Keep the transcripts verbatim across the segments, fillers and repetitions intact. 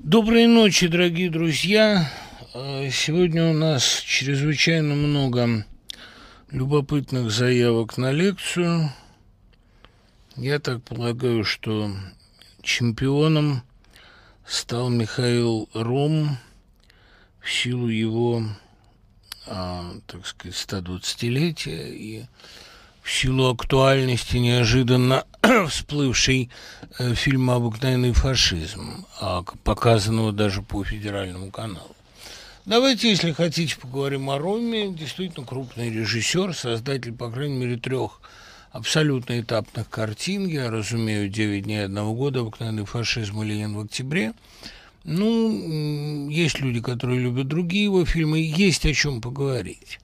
Доброй ночи, дорогие друзья. Сегодня у нас чрезвычайно много любопытных заявок на лекцию. Я так полагаю, что чемпионом стал Михаил Ром в силу его, а, так сказать, стодвадцатилетия и в силу актуальности неожиданно всплывшей э, фильма «Обыкновенный фашизм», а, показанного даже по федеральному каналу. Давайте, если хотите, поговорим о Роме. Действительно крупный режиссер, создатель, по крайней мере, трех абсолютно этапных картин. Я разумею «Девять дней одного года», «Обыкновенный фашизм» и «Ленин в октябре». Ну, есть люди, которые любят другие его фильмы, есть о чем поговорить.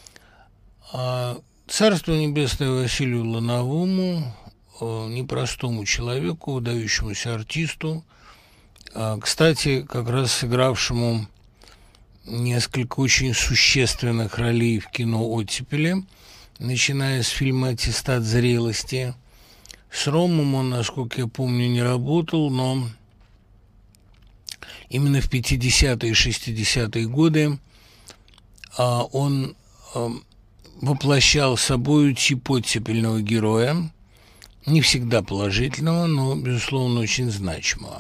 Царство небесное Василию Лановому, непростому человеку, выдающемуся артисту, кстати, как раз сыгравшему несколько очень существенных ролей в кино оттепели, начиная с фильма «Аттестат зрелости». С Ромом он, насколько я помню, не работал, но именно в пятидесятые и шестидесятые годы он воплощал собою тип оттепельного героя, не всегда положительного, но, безусловно, очень значимого.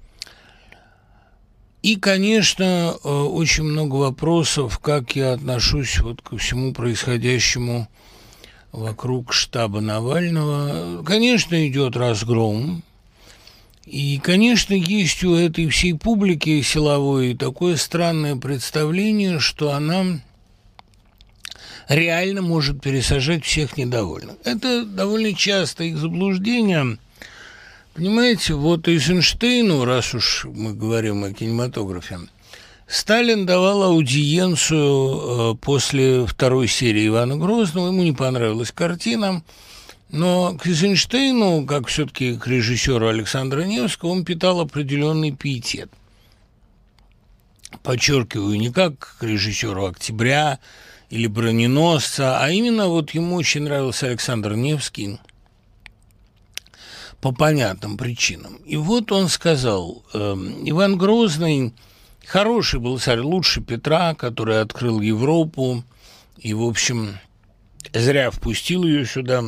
И, конечно, очень много вопросов, как я отношусь вот ко всему происходящему вокруг штаба Навального. Конечно, идет разгром, и, конечно, есть у этой всей публики силовой такое странное представление, что она реально может пересажать всех недовольных. Это довольно часто их заблуждение. Понимаете, вот Эйзенштейну, раз уж мы говорим о кинематографе, Сталин давал аудиенцию после второй серии Ивана Грозного, ему не понравилась картина, но к Эйзенштейну, как все-таки к режиссеру Александра Невского, он питал определенный пиетет. Подчеркиваю, не как к режиссеру «Октября» или «Броненосца», а именно вот ему очень нравился Александр Невский по понятным причинам. И вот он сказал, э, Иван Грозный хороший был царь, лучше Петра, который открыл Европу и, в общем, зря впустил ее сюда.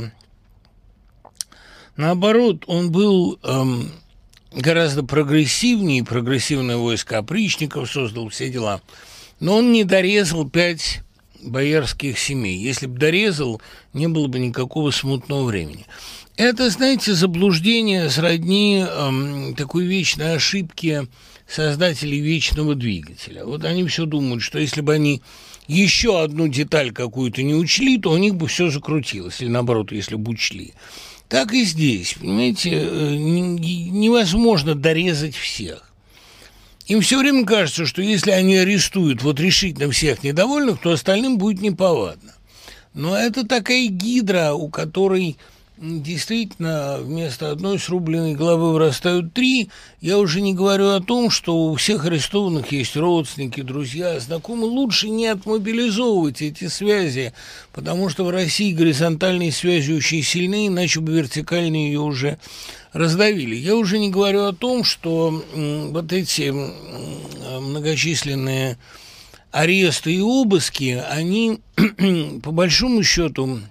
Наоборот, он был э, гораздо прогрессивнее, прогрессивное войско опричников создал, все дела, но он не дорезал пять боярских семей. Если бы дорезал, не было бы никакого смутного времени. Это, знаете, заблуждение сродни эм, такой вечной ошибки создателей вечного двигателя. Вот они все думают, что если бы они еще одну деталь какую-то не учли, то у них бы все закрутилось. Или наоборот, если бы учли. Так и здесь, понимаете, невозможно дорезать всех. Им все время кажется, что если они арестуют вот решительно всех недовольных, то остальным будет неповадно. Но это такая гидра, у которой действительно вместо одной срубленной головы вырастают три. Я уже не говорю о том, что у всех арестованных есть родственники, друзья, знакомые. Лучше не отмобилизовывать эти связи, потому что в России горизонтальные связи очень сильны, иначе бы вертикальные ее уже раздавили. Я уже не говорю о том, что вот эти многочисленные аресты и обыски, они по большому счету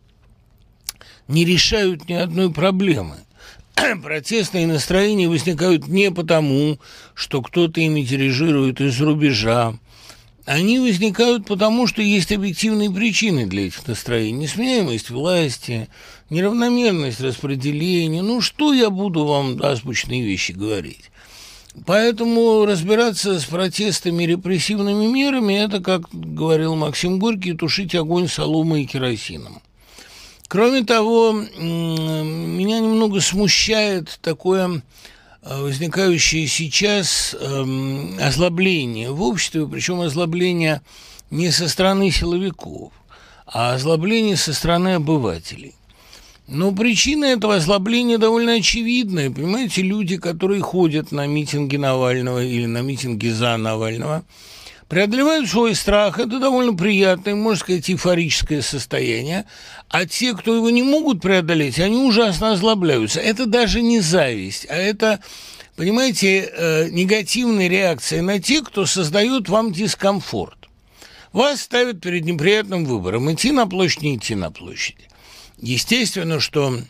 не решают ни одной проблемы. Протестные настроения возникают не потому, что кто-то ими дирижирует из-за рубежа. Они возникают потому, что есть объективные причины для этих настроений. Несменяемость власти, неравномерность распределения. Ну, что я буду вам азбучные вещи говорить? Поэтому разбираться с протестами и репрессивными мерами – это, как говорил Максим Горький, тушить огонь соломой и керосином. Кроме того, меня немного смущает такое возникающее сейчас озлобление в обществе, причем озлобление не со стороны силовиков, а озлобление со стороны обывателей. Но причина этого озлобления довольно очевидная. Понимаете, люди, которые ходят на митинги Навального или на митинги за Навального, преодолевают свой страх, это довольно приятное, можно сказать, эйфорическое состояние, а те, кто его не могут преодолеть, они ужасно озлобляются. Это даже не зависть, а это понимаете, негативная реакция на тех, кто создает вам дискомфорт. Вас ставят перед неприятным выбором: идти на площадь, не идти на площадь. Естественно, что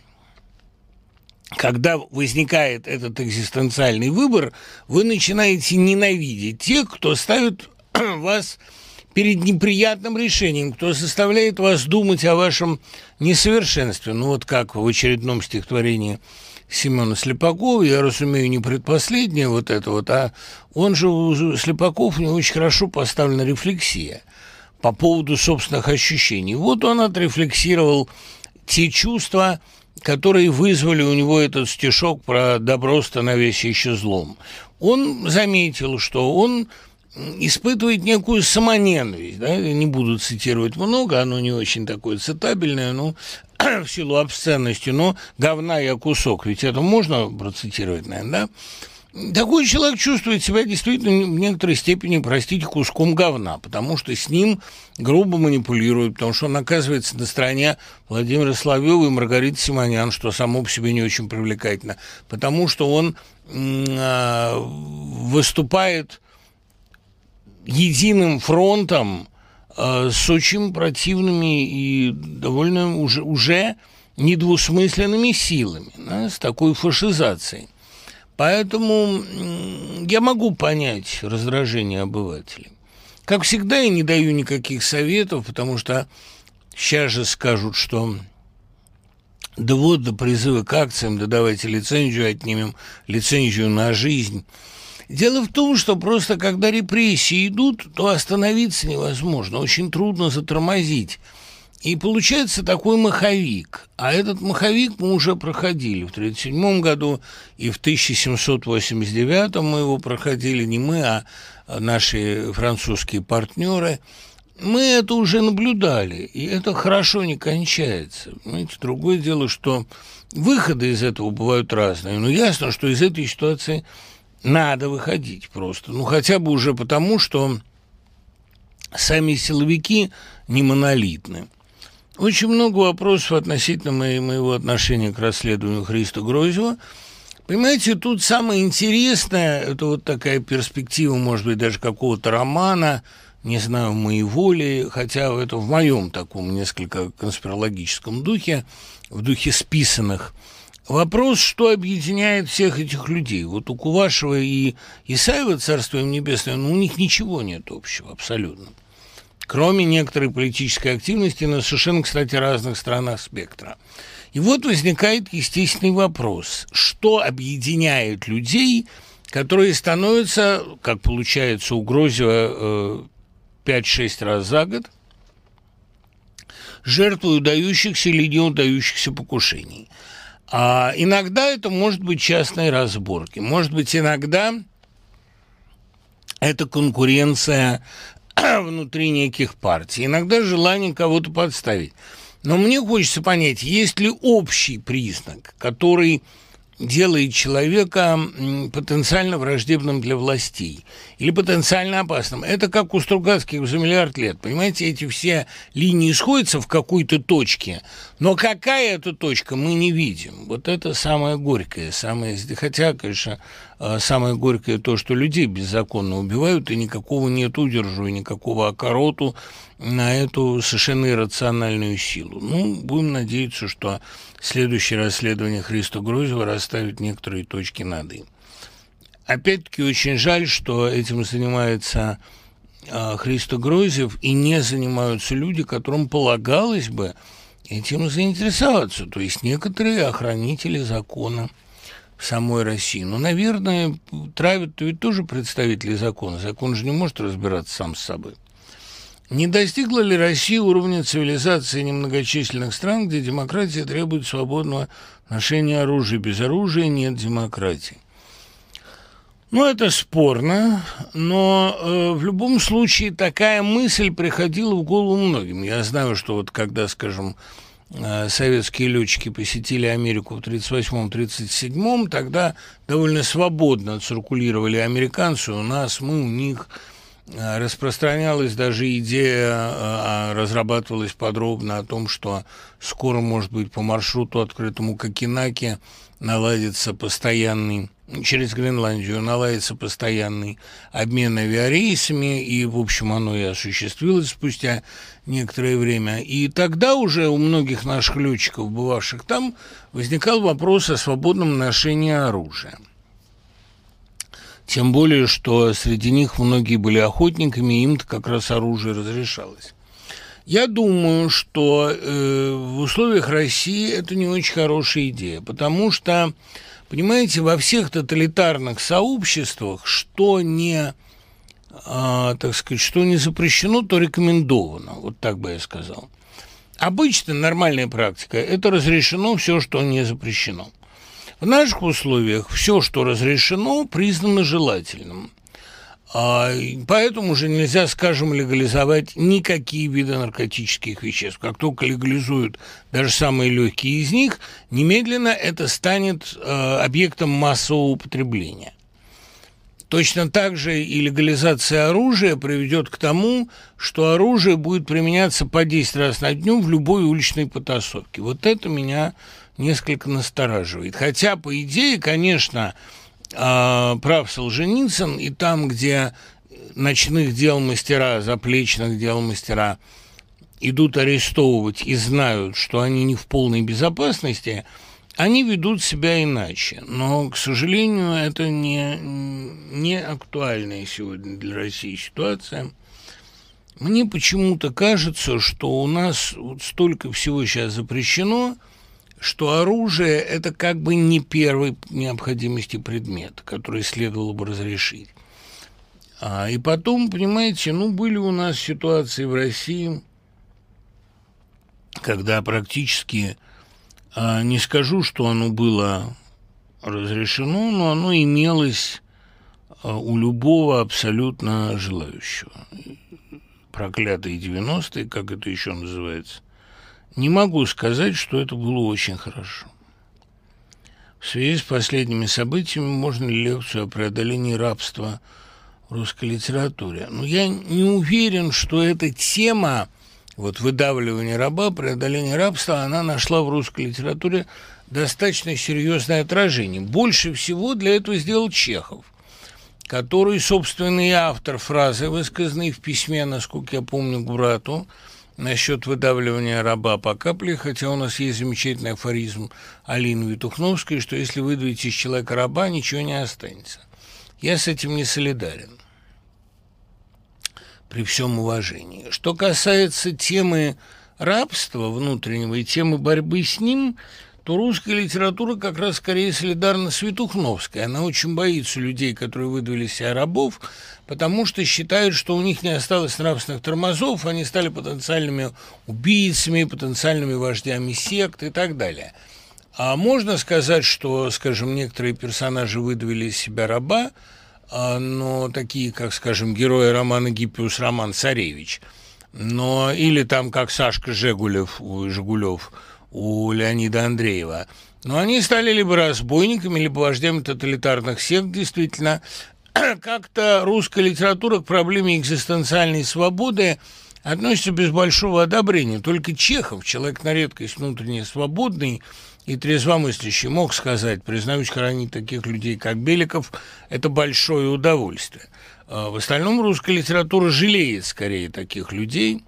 когда возникает этот экзистенциальный выбор, вы начинаете ненавидеть тех, кто ставит вас перед неприятным решением, кто заставляет вас думать о вашем несовершенстве. Ну вот как в очередном стихотворении Семена Слепакова, я разумею, не предпоследнее вот это вот, а он же, у Слепаков, у него очень хорошо поставлена рефлексия по поводу собственных ощущений. Вот он отрефлексировал те чувства, которые вызвали у него этот стишок про добро, становящееся злом. Он заметил, что он испытывает некую самоненависть, да? Не буду цитировать много, оно не очень такое цитабельное, но в силу обсценности, но говна я кусок, ведь это можно процитировать, наверное, да? Такой человек чувствует себя действительно в некоторой степени, простите, куском говна, потому что с ним грубо манипулируют, потому что он оказывается на стороне Владимира Соловьева и Маргариты Симонян, что само по себе не очень привлекательно, потому что он э, выступает единым фронтом э, с очень противными и довольно уже, уже недвусмысленными силами, да, с такой фашизацией. Поэтому я могу понять раздражение обывателей. Как всегда, я не даю никаких советов, потому что сейчас же скажут, что да вот, да призывы к акциям, да давайте лицензию отнимем, лицензию на жизнь. Дело в том, что просто когда репрессии идут, то остановиться невозможно, очень трудно затормозить. И получается такой маховик. А этот маховик мы уже проходили в тысяча девятьсот тридцать седьмом году, и в тысяча семьсот восемьдесят девятом мы его проходили, не мы, а наши французские партнеры. Мы это уже наблюдали, и это хорошо не кончается. Понимаете, другое дело, что выходы из этого бывают разные. Но ясно, что из этой ситуации надо выходить просто. Ну, хотя бы уже потому, что сами силовики не монолитны. Очень много вопросов относительно моей, моего отношения к расследованию Христо Грозева. Понимаете, тут самое интересное, это вот такая перспектива, может быть, даже какого-то романа, не знаю, моего ли, хотя это в моем таком несколько конспирологическом духе, в духе списанных. Вопрос, что объединяет всех этих людей. Вот у Кувашева и Исаева, царство им небесное, ну, у них ничего нет общего абсолютно. Кроме некоторой политической активности на совершенно, кстати, разных сторонах спектра. И вот возникает естественный вопрос. Что объединяет людей, которые становятся, как получается у Грозева, пять-шесть раз за год, жертвой удающихся или неудающихся покушений? А иногда это может быть частные разборки. Может быть, иногда это конкуренция внутри неких партий, иногда желание кого-то подставить. Но мне хочется понять, есть ли общий признак, который делает человека потенциально враждебным для властей или потенциально опасным. Это как у Стругацких за миллиард лет. Понимаете, эти все линии сходятся в какой-то точке, но какая это точка, мы не видим. Вот это самое горькое. Самое... Хотя, конечно, самое горькое то, что людей беззаконно убивают, и никакого нет удержу, и никакого окороту на эту совершенно иррациональную силу. Ну, будем надеяться, что следующее расследование Христо Грозева расставит некоторые точки над «и». Опять-таки, очень жаль, что этим занимается э, Христо Грозев, и не занимаются люди, которым полагалось бы этим заинтересоваться, то есть некоторые охранители закона в самой России. Но, наверное, травят-то ведь тоже представители закона. Закон же не может разбираться сам с собой. Не достигла ли Россия уровня цивилизации немногочисленных стран, где демократия требует свободного ношения оружия? Без оружия нет демократии. Ну, это спорно, но э, в любом случае такая мысль приходила в голову многим. Я знаю, что вот когда, скажем, э, советские летчики посетили Америку в тридцать восьмом — тридцать седьмом, тогда довольно свободно циркулировали американцы, у нас, мы у них. Распространялась даже идея, разрабатывалась подробно о том, что скоро, может быть, по маршруту, открытому к Окинаке, наладится постоянный через Гренландию наладится постоянный обмен авиарейсами, и, в общем, оно и осуществилось спустя некоторое время. И тогда уже у многих наших летчиков, бывавших там, возникал вопрос о свободном ношении оружия. Тем более, что среди них многие были охотниками, и им-то как раз оружие разрешалось. Я думаю, что э, в условиях России это не очень хорошая идея, потому что, понимаете, во всех тоталитарных сообществах, что не, э, так сказать, что не запрещено, то рекомендовано, вот так бы я сказал. Обычно нормальная практика – это разрешено все, что не запрещено. В наших условиях все, что разрешено, признано желательным. Поэтому уже нельзя, скажем, легализовать никакие виды наркотических веществ. Как только легализуют даже самые легкие из них, немедленно это станет объектом массового употребления. Точно так же и легализация оружия приведет к тому, что оружие будет применяться по десять раз на дню в любой уличной потасовке. Вот это меня несколько настораживает. Хотя, по идее, конечно, прав Солженицын, и там, где ночных дел мастера, заплечных дел мастера идут арестовывать и знают, что они не в полной безопасности, они ведут себя иначе. Но, к сожалению, это не, не актуальная сегодня для России ситуация. Мне почему-то кажется, что у нас вот столько всего сейчас запрещено, что оружие – это как бы не первой необходимости предмет, который следовало бы разрешить. А, и потом, понимаете, ну, были у нас ситуации в России, когда практически, а, не скажу, что оно было разрешено, но оно имелось а, у любого абсолютно желающего. Проклятые девяностые, как это еще называется. Не могу сказать, что это было очень хорошо. В связи с последними событиями можно ли лекцию о преодолении рабства в русской литературе? Но я не уверен, что эта тема, вот выдавливание раба, преодоление рабства, она нашла в русской литературе достаточно серьезное отражение. Больше всего для этого сделал Чехов, который, собственный автор фразы, высказанной в письме, насколько я помню, к брату, насчет выдавливания раба по капле, хотя у нас есть замечательный афоризм Алины Витухновской, что если выдавить из человека раба, ничего не останется. Я с этим не солидарен, при всем уважении. Что касается темы рабства внутреннего и темы борьбы с ним, то русская литература как раз скорее солидарна с Витухновской. Она очень боится людей, которые выдавили себя рабов, потому что считают, что у них не осталось нравственных тормозов, они стали потенциальными убийцами, потенциальными вождями сект и так далее. А можно сказать, что, скажем, некоторые персонажи выдавили из себя раба, но такие, как, скажем, герои романа «Гиппиус», роман «Царевич», но или там, как Сашка Жегулев, Жигулев, у Леонида Андреева. Но они стали либо разбойниками, либо вождями тоталитарных сект, действительно. Как-то русская литература к проблеме экзистенциальной свободы относится без большого одобрения. Только Чехов, человек на редкость внутренне свободный и трезвомыслящий, мог сказать: признаюсь, хоронить таких людей, как Беликов, это большое удовольствие. В остальном русская литература жалеет скорее таких людей.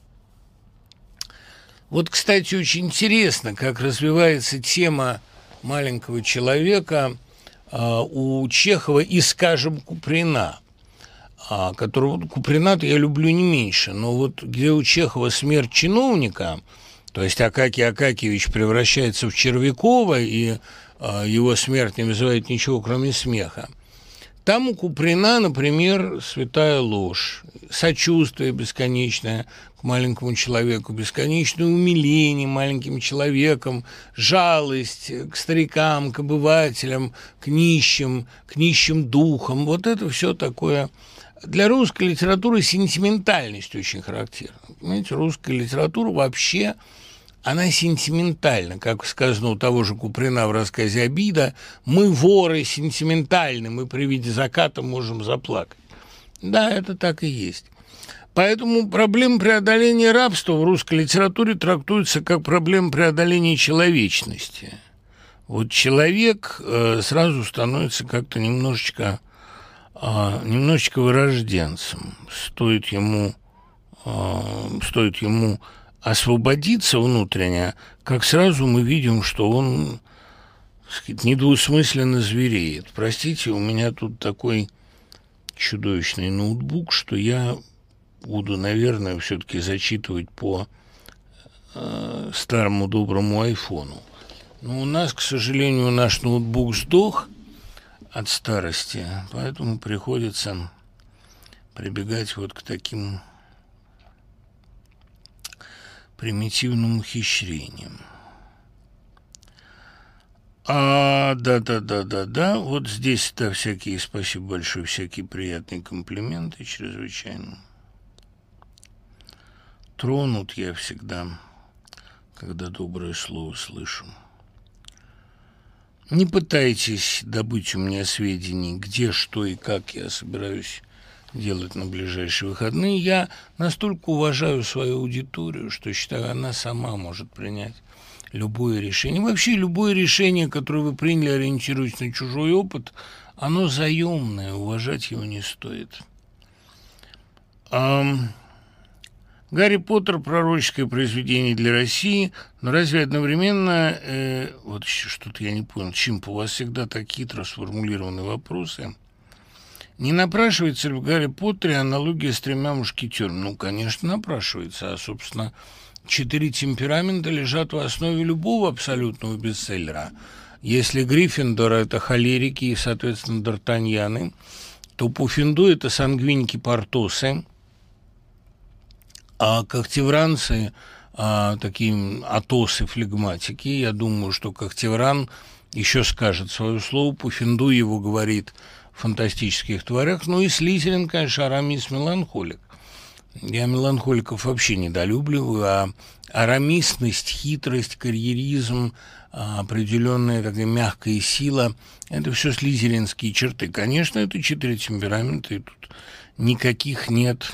Вот, кстати, очень интересно, как развивается тема маленького человека а, у Чехова и, скажем, Куприна, а, которого Куприна-то я люблю не меньше, но вот где у Чехова смерть чиновника, то есть Акакий Акакиевич превращается в Червякова, и а, его смерть не вызывает ничего, кроме смеха. Там у Куприна, например, святая ложь, сочувствие бесконечное к маленькому человеку, бесконечное умиление маленьким человеком, жалость к старикам, к обывателям, к нищим, к нищим духам. Вот это все такое. Для русской литературы сентиментальность очень характерна. Понимаете, русская литература вообще, она сентиментальна, как сказано у того же Куприна в рассказе «Обида», мы воры сентиментальны, мы при виде заката можем заплакать. Да, это так и есть. Поэтому проблема преодоления рабства в русской литературе трактуется как проблема преодоления человечности. вот человек э, сразу становится как-то немножечко, э, немножечко вырожденцем. Стоит ему, э, стоит ему освободиться внутренне, как сразу мы видим, что он, так сказать, недвусмысленно звереет. Простите, у меня тут такой чудовищный ноутбук, что я буду, наверное, все-таки зачитывать по э, старому доброму айфону. Но у нас, к сожалению, наш ноутбук сдох от старости, поэтому приходится прибегать вот к таким примитивным ухищрениям. А, да-да-да-да-да, вот здесь, да, всякие, спасибо большое, всякие приятные комплименты, чрезвычайно. Тронут я всегда, когда доброе слово слышу. Не пытайтесь добыть у меня сведений, где, что и как я собираюсь делать на ближайшие выходные. Я настолько уважаю свою аудиторию, что считаю, она сама может принять любое решение. Вообще, любое решение, которое вы приняли, ориентируясь на чужой опыт, оно заемное, уважать его не стоит. Ам... Гарри Поттер – пророческое произведение для России, но разве одновременно, э, вот что-то я не понял, Чимп, у вас всегда так хитро сформулированы вопросы. Не напрашивается ли в Гарри Поттере аналогия с тремя мушкетерами? Ну, конечно, напрашивается, а, собственно, четыре темперамента лежат в основе любого абсолютного бестселлера. Если Гриффиндор – это холерики и, соответственно, д'Артаньяны, то Пуффендуй – это сангвиники-портосы, а когтевранцы, а, такие атосы-флегматики, я думаю, что когтевран еще скажет свое слово, Пуффендуй его говорит в фантастических тварях, ну и Слизерин, конечно, Арамис-меланхолик. Я меланхоликов вообще недолюбливаю, а арамисность, хитрость, карьеризм, определенная такая мягкая сила – это все слизеринские черты. Конечно, это четыре темперамента, и тут никаких нет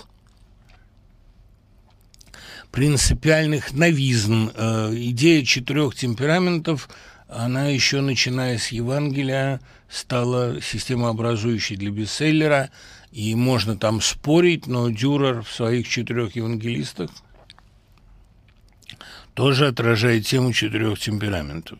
принципиальных новизн. Идея четырех темпераментов, она еще, начиная с Евангелия, стала системообразующей для бестселлера, и можно там спорить, но Дюрер в своих четырех евангелистах тоже отражает тему четырех темпераментов.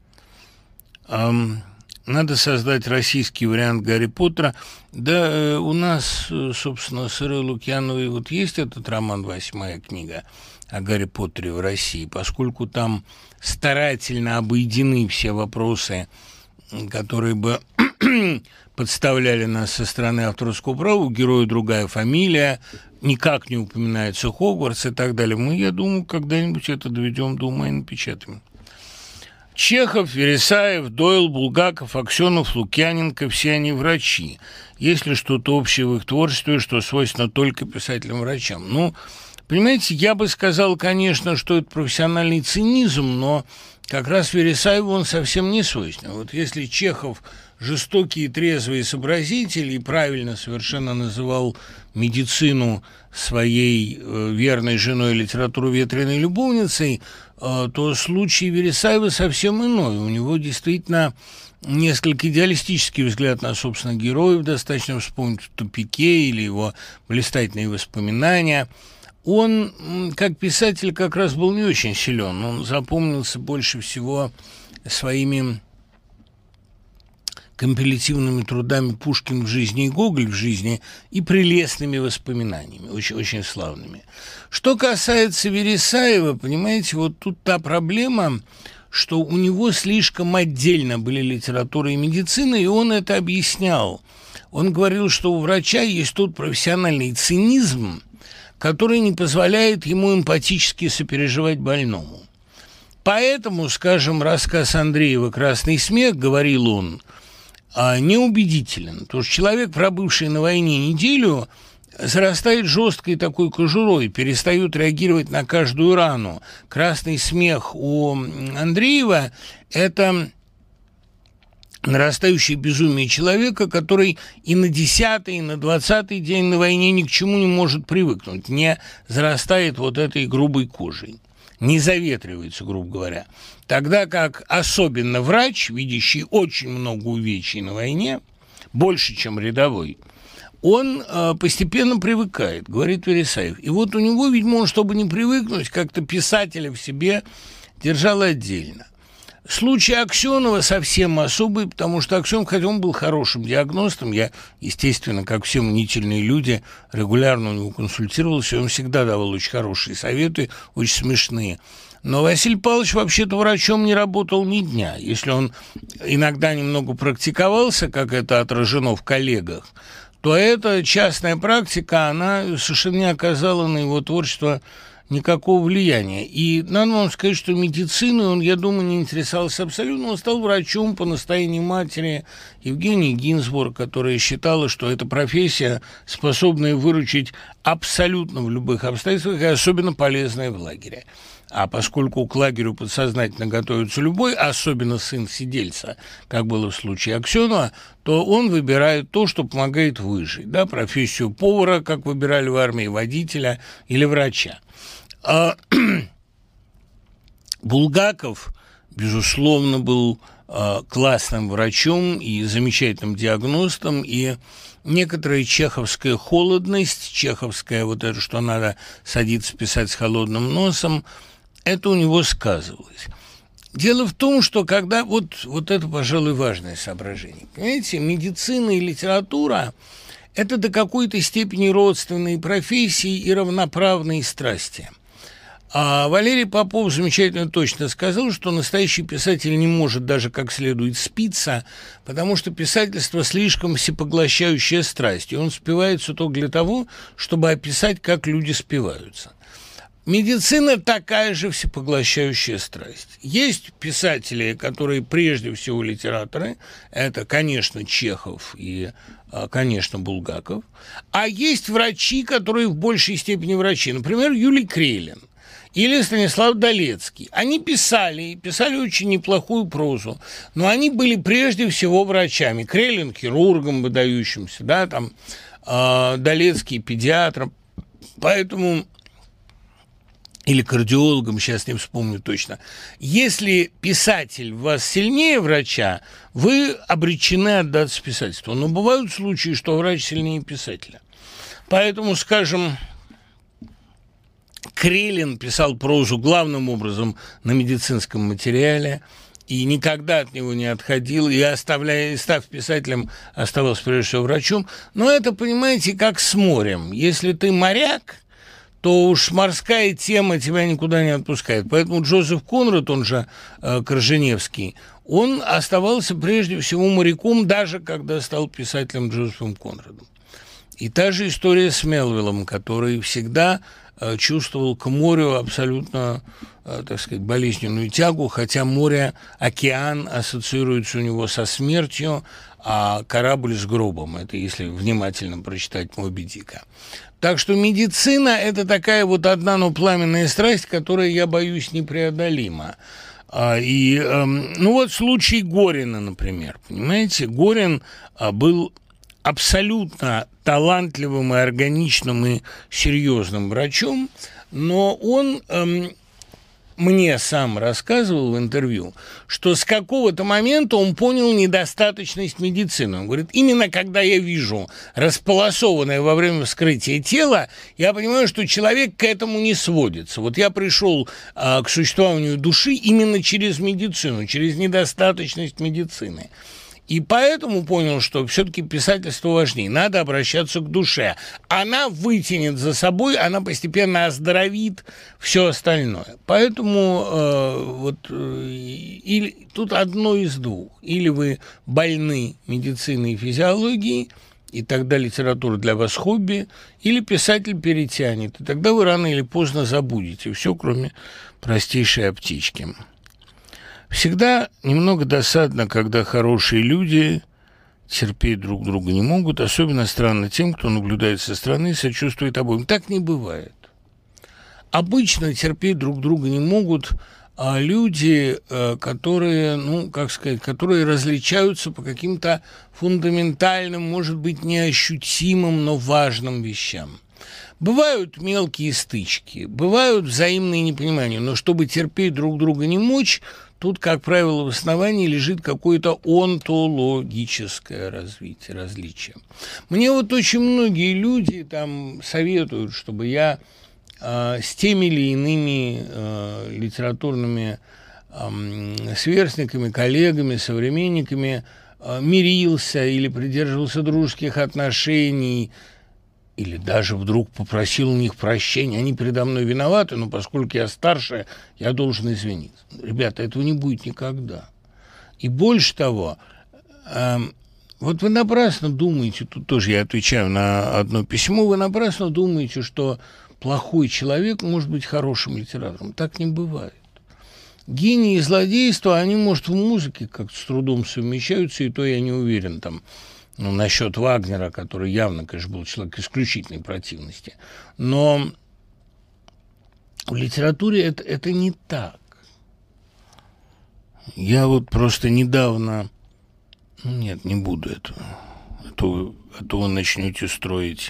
Надо создать российский вариант Гарри Поттера. Да, у нас, собственно, с Ирой Лукьяновой вот есть этот роман «Восьмая книга» о Гарри Поттере в России, поскольку там старательно обойдены все вопросы, которые бы подставляли нас со стороны авторского права, у героя другая фамилия, никак не упоминается Хогвартс и так далее. Мы, я думаю, когда-нибудь это доведем до ума и напечатаем. Чехов, Вересаев, Дойл, Булгаков, Аксенов, Лукьяненко – все они врачи. Есть ли что-то общее в их творчестве, что свойственно только писателям-врачам? Ну, понимаете, я бы сказал, конечно, что это профессиональный цинизм, но как раз Вересаеву он совсем не свойственен. Вот если Чехов жестокий и трезвый сообразитель и правильно совершенно называл медицину своей э, верной женой литературу ветреной любовницей, э, то случай Вересаева совсем иной. У него действительно несколько идеалистический взгляд на собственных героев, достаточно вспомнить «В тупике» или его блистательные воспоминания. Он, как писатель, как раз был не очень силен. Он запомнился больше всего своими компилятивными трудами «Пушкин в жизни» и «Гоголь в жизни» и прелестными воспоминаниями, очень, очень славными. Что касается Вересаева, понимаете, вот тут та проблема, что у него слишком отдельно были литература и медицина, и он это объяснял. Он говорил, что у врача есть тот профессиональный цинизм, который не позволяет ему эмпатически сопереживать больному. Поэтому, скажем, рассказ Андреева «Красный смех», говорил он, неубедителен, потому что человек, пробывший на войне неделю, зарастает жесткой такой кожурой, перестает реагировать на каждую рану. «Красный смех» у Андреева – это нарастающее безумие человека, который и на десятый, и на двадцатый день на войне ни к чему не может привыкнуть, не зарастает вот этой грубой кожей. не заветривается, грубо говоря. Тогда как особенно врач, видящий очень много увечий на войне, больше, чем рядовой, он э, постепенно привыкает, говорит Вересаев. И вот у него, видимо, он, чтобы не привыкнуть, как-то писателя в себе держал отдельно. Случай Аксенова совсем особый, потому что Аксенов, хотя он был хорошим диагностом, я, естественно, как все мнительные люди, регулярно у него консультировался, он всегда давал очень хорошие советы, очень смешные. Но Василий Павлович вообще-то врачом не работал ни дня. Если он иногда немного практиковался, как это отражено в коллегах, то эта частная практика, она совершенно не оказала на его творчество никакого влияния. И надо вам сказать, что медициной он, я думаю, не интересовался абсолютно. Он стал врачом по настоянию матери Евгении Гинзбург, которая считала, что эта профессия, способная выручить абсолютно в любых обстоятельствах, и особенно полезная в лагере. А поскольку к лагерю подсознательно готовится любой, особенно сын сидельца, как было в случае Аксенова, то он выбирает то, что помогает выжить. Да, профессию повара, как выбирали в армии, водителя или врача. А Булгаков, безусловно, был а, классным врачом и замечательным диагностом, и некоторая чеховская холодность, чеховская вот это, что надо садиться писать с холодным носом, это у него сказывалось. Дело в том, что когда... Вот, вот это, пожалуй, важное соображение. Понимаете, медицина и литература – это до какой-то степени родственные профессии и равноправные страсти. А Валерий Попов замечательно точно сказал, что настоящий писатель не может даже как следует спиться, потому что писательство слишком всепоглощающая страсть, и он спивается только для того, чтобы описать, как люди спиваются. Медицина такая же всепоглощающая страсть. Есть писатели, которые прежде всего литераторы, это, конечно, Чехов и, конечно, Булгаков, а есть врачи, которые в большей степени врачи, например, Юлий Крелин или Станислав Долецкий. Они писали, писали очень неплохую прозу, но они были прежде всего врачами. Крелин хирургом выдающимся, да, там, э, Долецкий педиатром, поэтому... или кардиологом, сейчас не вспомню точно. Если писатель в вас сильнее врача, вы обречены отдаться писательству. Но бывают случаи, что врач сильнее писателя. Поэтому, скажем, Крелин писал прозу главным образом на медицинском материале и никогда от него не отходил, и, оставляя, став писателем, оставался прежде всего врачом. Но это, понимаете, как с морем. Если ты моряк, то уж морская тема тебя никуда не отпускает. Поэтому Джозеф Конрад, он же э, Крженевский, он оставался прежде всего моряком, даже когда стал писателем Джозефом Конрадом. И та же история с Мелвиллом, который всегда э, чувствовал к морю абсолютно, э, так сказать, болезненную тягу, хотя море, океан ассоциируется у него со смертью, а корабль с гробом. Это если внимательно прочитать Моби Дика. Так что медицина – это такая вот одна, но пламенная страсть, которая, я боюсь, непреодолима. И, ну вот случай Горина, например, понимаете, Горин был абсолютно талантливым и органичным и серьезным врачом, но он... мне сам рассказывал в интервью, что с какого-то момента он понял недостаточность медицины. Он говорит, именно когда я вижу располосованное во время вскрытия тело, я понимаю, что человек к этому не сводится. Вот я пришел а, к существованию души именно через медицину, через недостаточность медицины. И поэтому понял, что все-таки писательство важнее. Надо обращаться к душе. Она вытянет за собой, она постепенно оздоровит все остальное. Поэтому э, вот, э, или, тут одно из двух. Или вы больны медициной и физиологией, и тогда литература для вас хобби, или писатель перетянет, и тогда вы рано или поздно забудете все, кроме простейшей аптечки. Всегда немного досадно, когда хорошие люди терпеть друг друга не могут. Особенно странно тем, кто наблюдает со стороны и сочувствует обоим. Так не бывает. Обычно терпеть друг друга не могут а люди, которые, ну, как сказать, которые различаются по каким-то фундаментальным, может быть, неощутимым, но важным вещам. Бывают мелкие стычки, бывают взаимные непонимания, но чтобы терпеть друг друга не мочь, тут, как правило, в основании лежит какое-то онтологическое развитие, различие. Мне вот очень многие люди там советуют, чтобы я э, с теми или иными э, литературными э, сверстниками, коллегами, современниками э, мирился или придерживался дружеских отношений, или даже вдруг попросил у них прощения, они передо мной виноваты, но поскольку я старше, я должен извиниться. Ребята, этого не будет никогда. И больше того, э, вот вы напрасно думаете, тут тоже я отвечаю на одно письмо, вы напрасно думаете, что плохой человек может быть хорошим литератором. Так не бывает. Гений и злодейство, они, может, в музыке как-то с трудом совмещаются, и то я не уверен там. Ну, насчет Вагнера, который явно, конечно, был человек исключительной противности. Но в литературе это, это не так. Я вот просто недавно... Ну, нет, не буду этого. А то, а то вы начнете строить...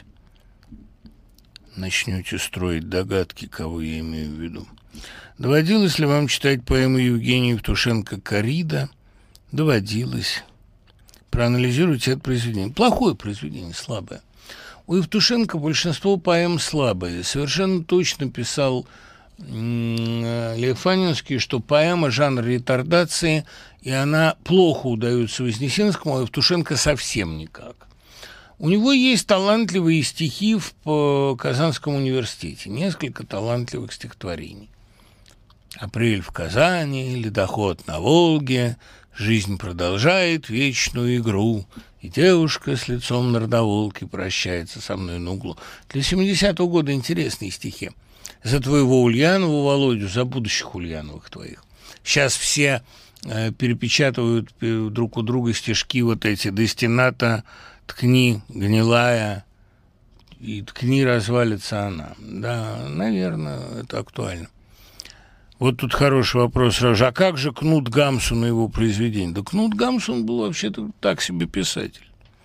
Начнете строить догадки, кого я имею в виду. Доводилось ли вам читать поэму Евгения Евтушенко «Коррида»? Доводилось. Проанализируйте это произведение. Плохое произведение, слабое. У Евтушенко большинство поэм слабые. Совершенно точно писал Лев Анинский, что поэма жанр ретардации, и она плохо удается Вознесенскому, а Евтушенко совсем никак. У него есть талантливые стихи в Казанском университете, несколько талантливых стихотворений. «Апрель в Казани», «Ледоход на Волге», «Жизнь продолжает вечную игру», и девушка с лицом нордоволки прощается со мной на углу. Для семидесятого года интересные стихи. За твоего Ульянова, Володю, за будущих Ульяновых твоих. Сейчас все э, перепечатывают друг у друга стишки вот эти «Дестината, ткни, гнилая, и ткни, развалится она». Да, наверное, это актуально. Вот тут хороший вопрос сразу же. А как же Кнут Гамсун и его произведение? Да Кнут Гамсун был вообще-то так себе писатель.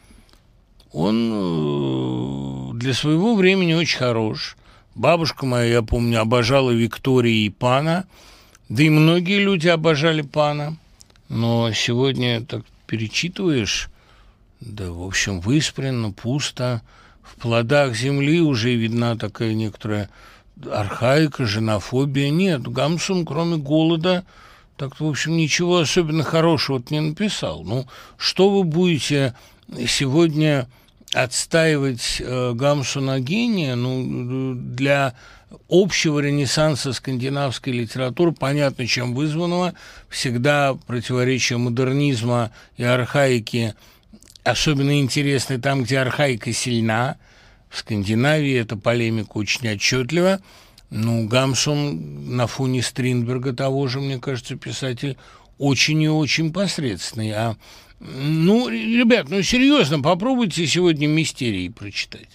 Он для своего времени очень хорош. Бабушка моя, я помню, обожала Виктории и Пана. Да и многие люди обожали Пана. Но сегодня так перечитываешь, да, в общем, выспренно, пусто. В плодах земли уже видна такая некоторая... архаика, женофобия. Нет, Гамсун, кроме голода, так-то, в общем, ничего особенно хорошего не написал. Ну, что вы будете сегодня отстаивать э, Гамсуна гения? Ну, для общего ренессанса скандинавской литературы, понятно, чем вызванного, всегда противоречие модернизма и архаики особенно интересны там, где архаика сильна. В Скандинавии эта полемика очень отчетлива. Ну, Гамсун на фоне Стринберга того же, мне кажется, писатель очень и очень посредственный. А, ну, ребят, ну, серьезно, попробуйте сегодня «Мистерии» прочитать.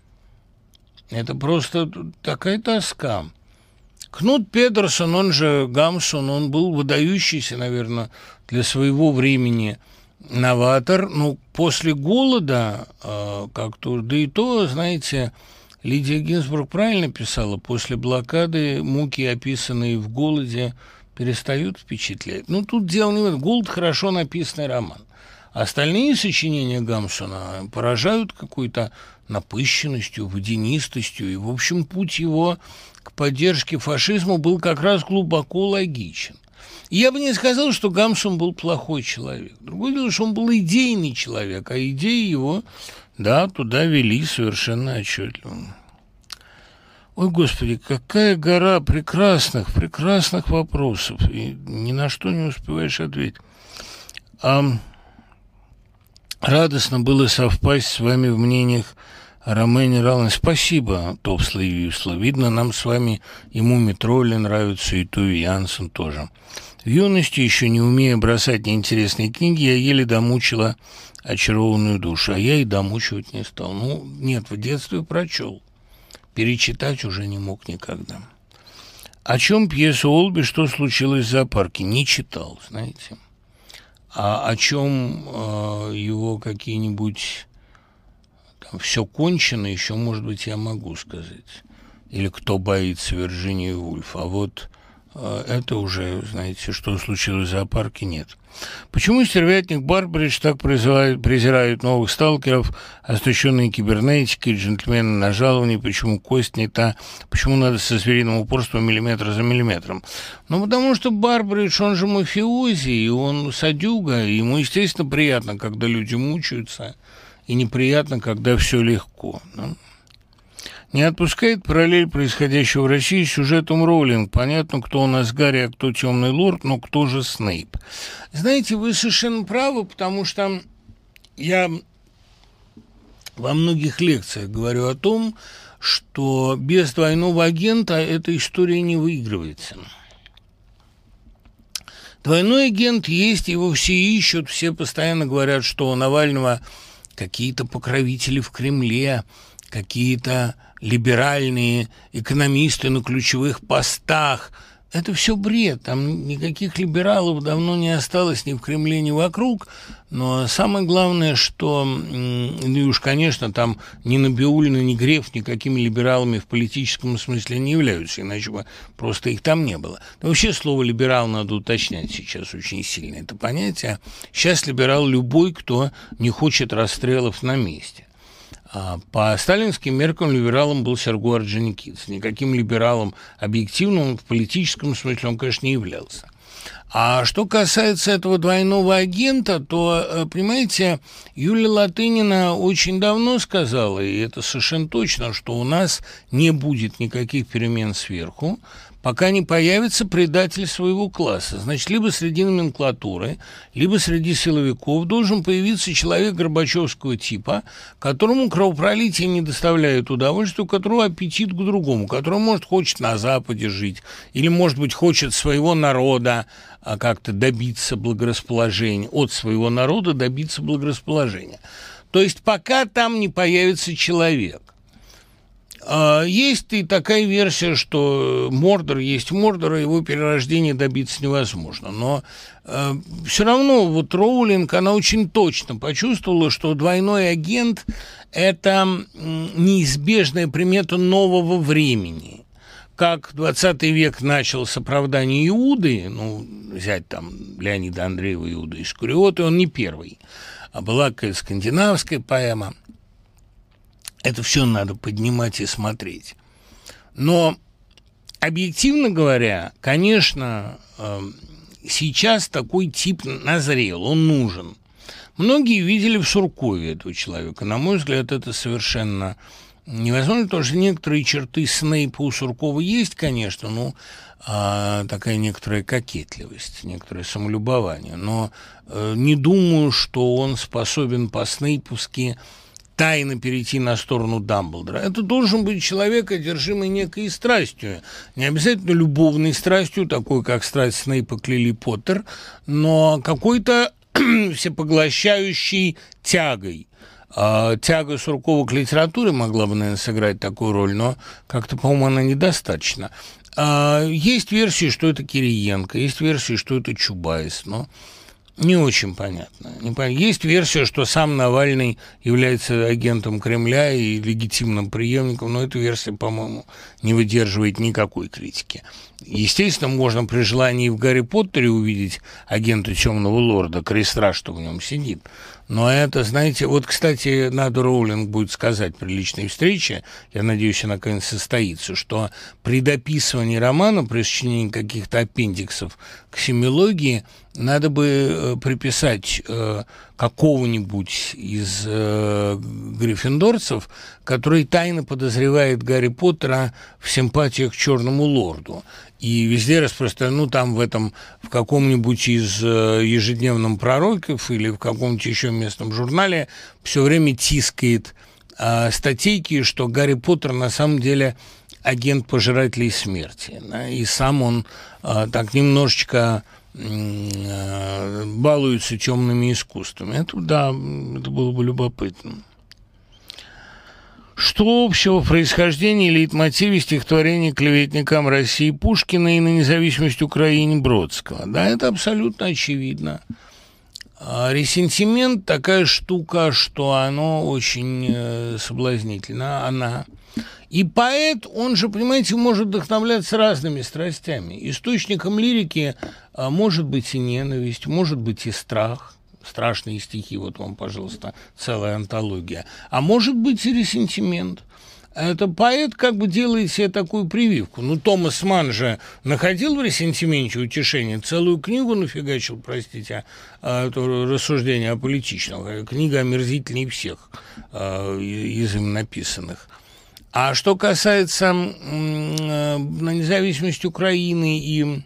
Это просто такая тоска. Кнут Педерсон, он же Гамсун, он был выдающийся, наверное, для своего времени новатор. Ну, после голода э, как-то, да и то, знаете, Лидия Гинзбург правильно писала, после блокады муки, описанные в голоде, перестают впечатлять. Ну, тут дело не в этом. «Голод» — хорошо написанный роман. Остальные сочинения Гамсуна поражают какой-то напыщенностью, водянистостью, и, в общем, путь его к поддержке фашизма был как раз глубоко логичен. И я бы не сказал, что Гамсун был плохой человек. Другое дело, что он был идейный человек, а идеи его, да, туда вели совершенно отчетливо. Ой, Господи, какая гора прекрасных, прекрасных вопросов, и ни на что не успеваешь ответить. А радостно было совпасть с вами в мнениях о Ромене Ролане. Спасибо, Топсла и Вюсла. Видно, нам с вами ему Метроли нравится, и Туви Янсен тоже. В юности, еще не умея бросать неинтересные книги, я еле домучила «Очарованную душу», а я и домучивать не стал. Ну, нет, в детстве прочел. Перечитать уже не мог никогда. О чем пьеса Олби «Что случилось в зоопарке»? Не читал, знаете. А о чем э, его какие-нибудь все кончено, еще, может быть, я могу сказать. Или «Кто боится» Вирджинии Вульф. А вот э, это уже, знаете, что случилось в зоопарке, нет. Почему стервятник Барбридж так презирает, презирает новых сталкеров, оснащенные кибернетикой, джентльмены на жаловании, почему кость не та, почему надо со звериным упорством миллиметр за миллиметром? Ну, потому что Барбридж, он же мафиози, и он садюга, и ему, естественно, приятно, когда люди мучаются, и неприятно, когда все легко. Да? Не отпускает параллель происходящего в России с сюжетом Роулинг. Понятно, кто у нас Гарри, а кто Темный Лорд, но кто же Снейп? Знаете, вы совершенно правы, потому что я во многих лекциях говорю о том, что без двойного агента эта история не выигрывается. Двойной агент есть, его все ищут, все постоянно говорят, что у Навального какие-то покровители в Кремле, какие-то либеральные экономисты на ключевых постах. Это все бред. Там никаких либералов давно не осталось ни в Кремле, ни вокруг. Но самое главное, что, ну и уж, конечно, там ни Набиуллина, ни Греф никакими либералами в политическом смысле не являются, иначе бы просто их там не было. Но вообще слово «либерал» надо уточнять сейчас очень сильно. Это понятие. Сейчас либерал любой, кто не хочет расстрелов на месте. По сталинским меркам либералом был Серго Орджоникидзе. Никаким либералом объективным в политическом смысле он, конечно, не являлся. А что касается этого двойного агента, то, понимаете, Юлия Латынина очень давно сказала, и это совершенно точно, что у нас не будет никаких перемен сверху, пока не появится предатель своего класса. Значит, либо среди номенклатуры, либо среди силовиков должен появиться человек горбачевского типа, которому кровопролитие не доставляет удовольствия, у которого аппетит к другому, который, может, хочет на Западе жить, или, может быть, хочет своего народа как-то добиться благорасположения, от своего народа добиться благорасположения. То есть пока там не появится человек. Есть и такая версия, что Мордор есть Мордор, и его перерождение добиться невозможно. Но э, все равно вот Роулинг, она очень точно почувствовала, что двойной агент – это неизбежная примета нового времени. Как двадцатый век начал с оправдания Иуды, ну, взять там Леонида Андреева «Иуда Искариоты», он не первый, а была какая-то скандинавская поэма. Это все надо поднимать и смотреть. Но, объективно говоря, конечно, сейчас такой тип назрел, он нужен. Многие видели в Суркове этого человека. На мой взгляд, это совершенно невозможно, потому что некоторые черты Снейпа у Суркова есть, конечно, но а, такая некоторая кокетливость, некоторое самолюбование. Но а, не думаю, что он способен по-снейповски тайно перейти на сторону Дамблдора. Это должен быть человек, одержимый некой страстью. Не обязательно любовной страстью, такой, как страсть Снейпа к Лили Поттер, но какой-то всепоглощающей тягой. А, тяга Суркова к литературе могла бы, наверное, сыграть такую роль, но как-то, по-моему, она недостаточна. А, есть версии, что это Кириенко, есть версии, что это Чубайс, но не очень понятно. Есть версия, что сам Навальный является агентом Кремля и легитимным преемником, но эта версия, по-моему, не выдерживает никакой критики. Естественно, можно при желании в Гарри Поттере увидеть агента Темного Лорда, Крестра, что в нем сидит. Но это, знаете, вот, кстати, надо Роулинг будет сказать при личной встрече, я надеюсь, она наконец состоится, что при дописывании романа, при сочинении каких-то аппендиксов к семилогии, надо бы приписать э, какого-нибудь из э, гриффиндорцев, который тайно подозревает Гарри Поттера в симпатиях к Черному Лорду. И везде распространено, ну, там в этом, в каком-нибудь из э, ежедневном пророков или в каком-нибудь еще местном журнале все время тискает э, статейки, что Гарри Поттер на самом деле агент пожирателей смерти. Да? И сам он э, так немножечко э, балуется темными искусствами. Это, да, это было бы любопытно. Что общего в происхождении и лейтмотиве стихотворений клеветникам России Пушкина и на независимость Украины Бродского? Да, это абсолютно очевидно. Ресентимент такая штука, что оно очень соблазнительно, она. И поэт, он же, понимаете, может вдохновляться разными страстями. Источником лирики может быть и ненависть, может быть и страх. Страшные стихи, вот вам, пожалуйста, целая антология. А может быть и ресентимент. Это поэт как бы делает себе такую прививку. Ну, Томас Манн же находил в ресентименте утешение, целую книгу нафигачил, простите, это рассуждение аполитичного. Книга омерзительнее всех из им написанных. А что касается на независимости Украины и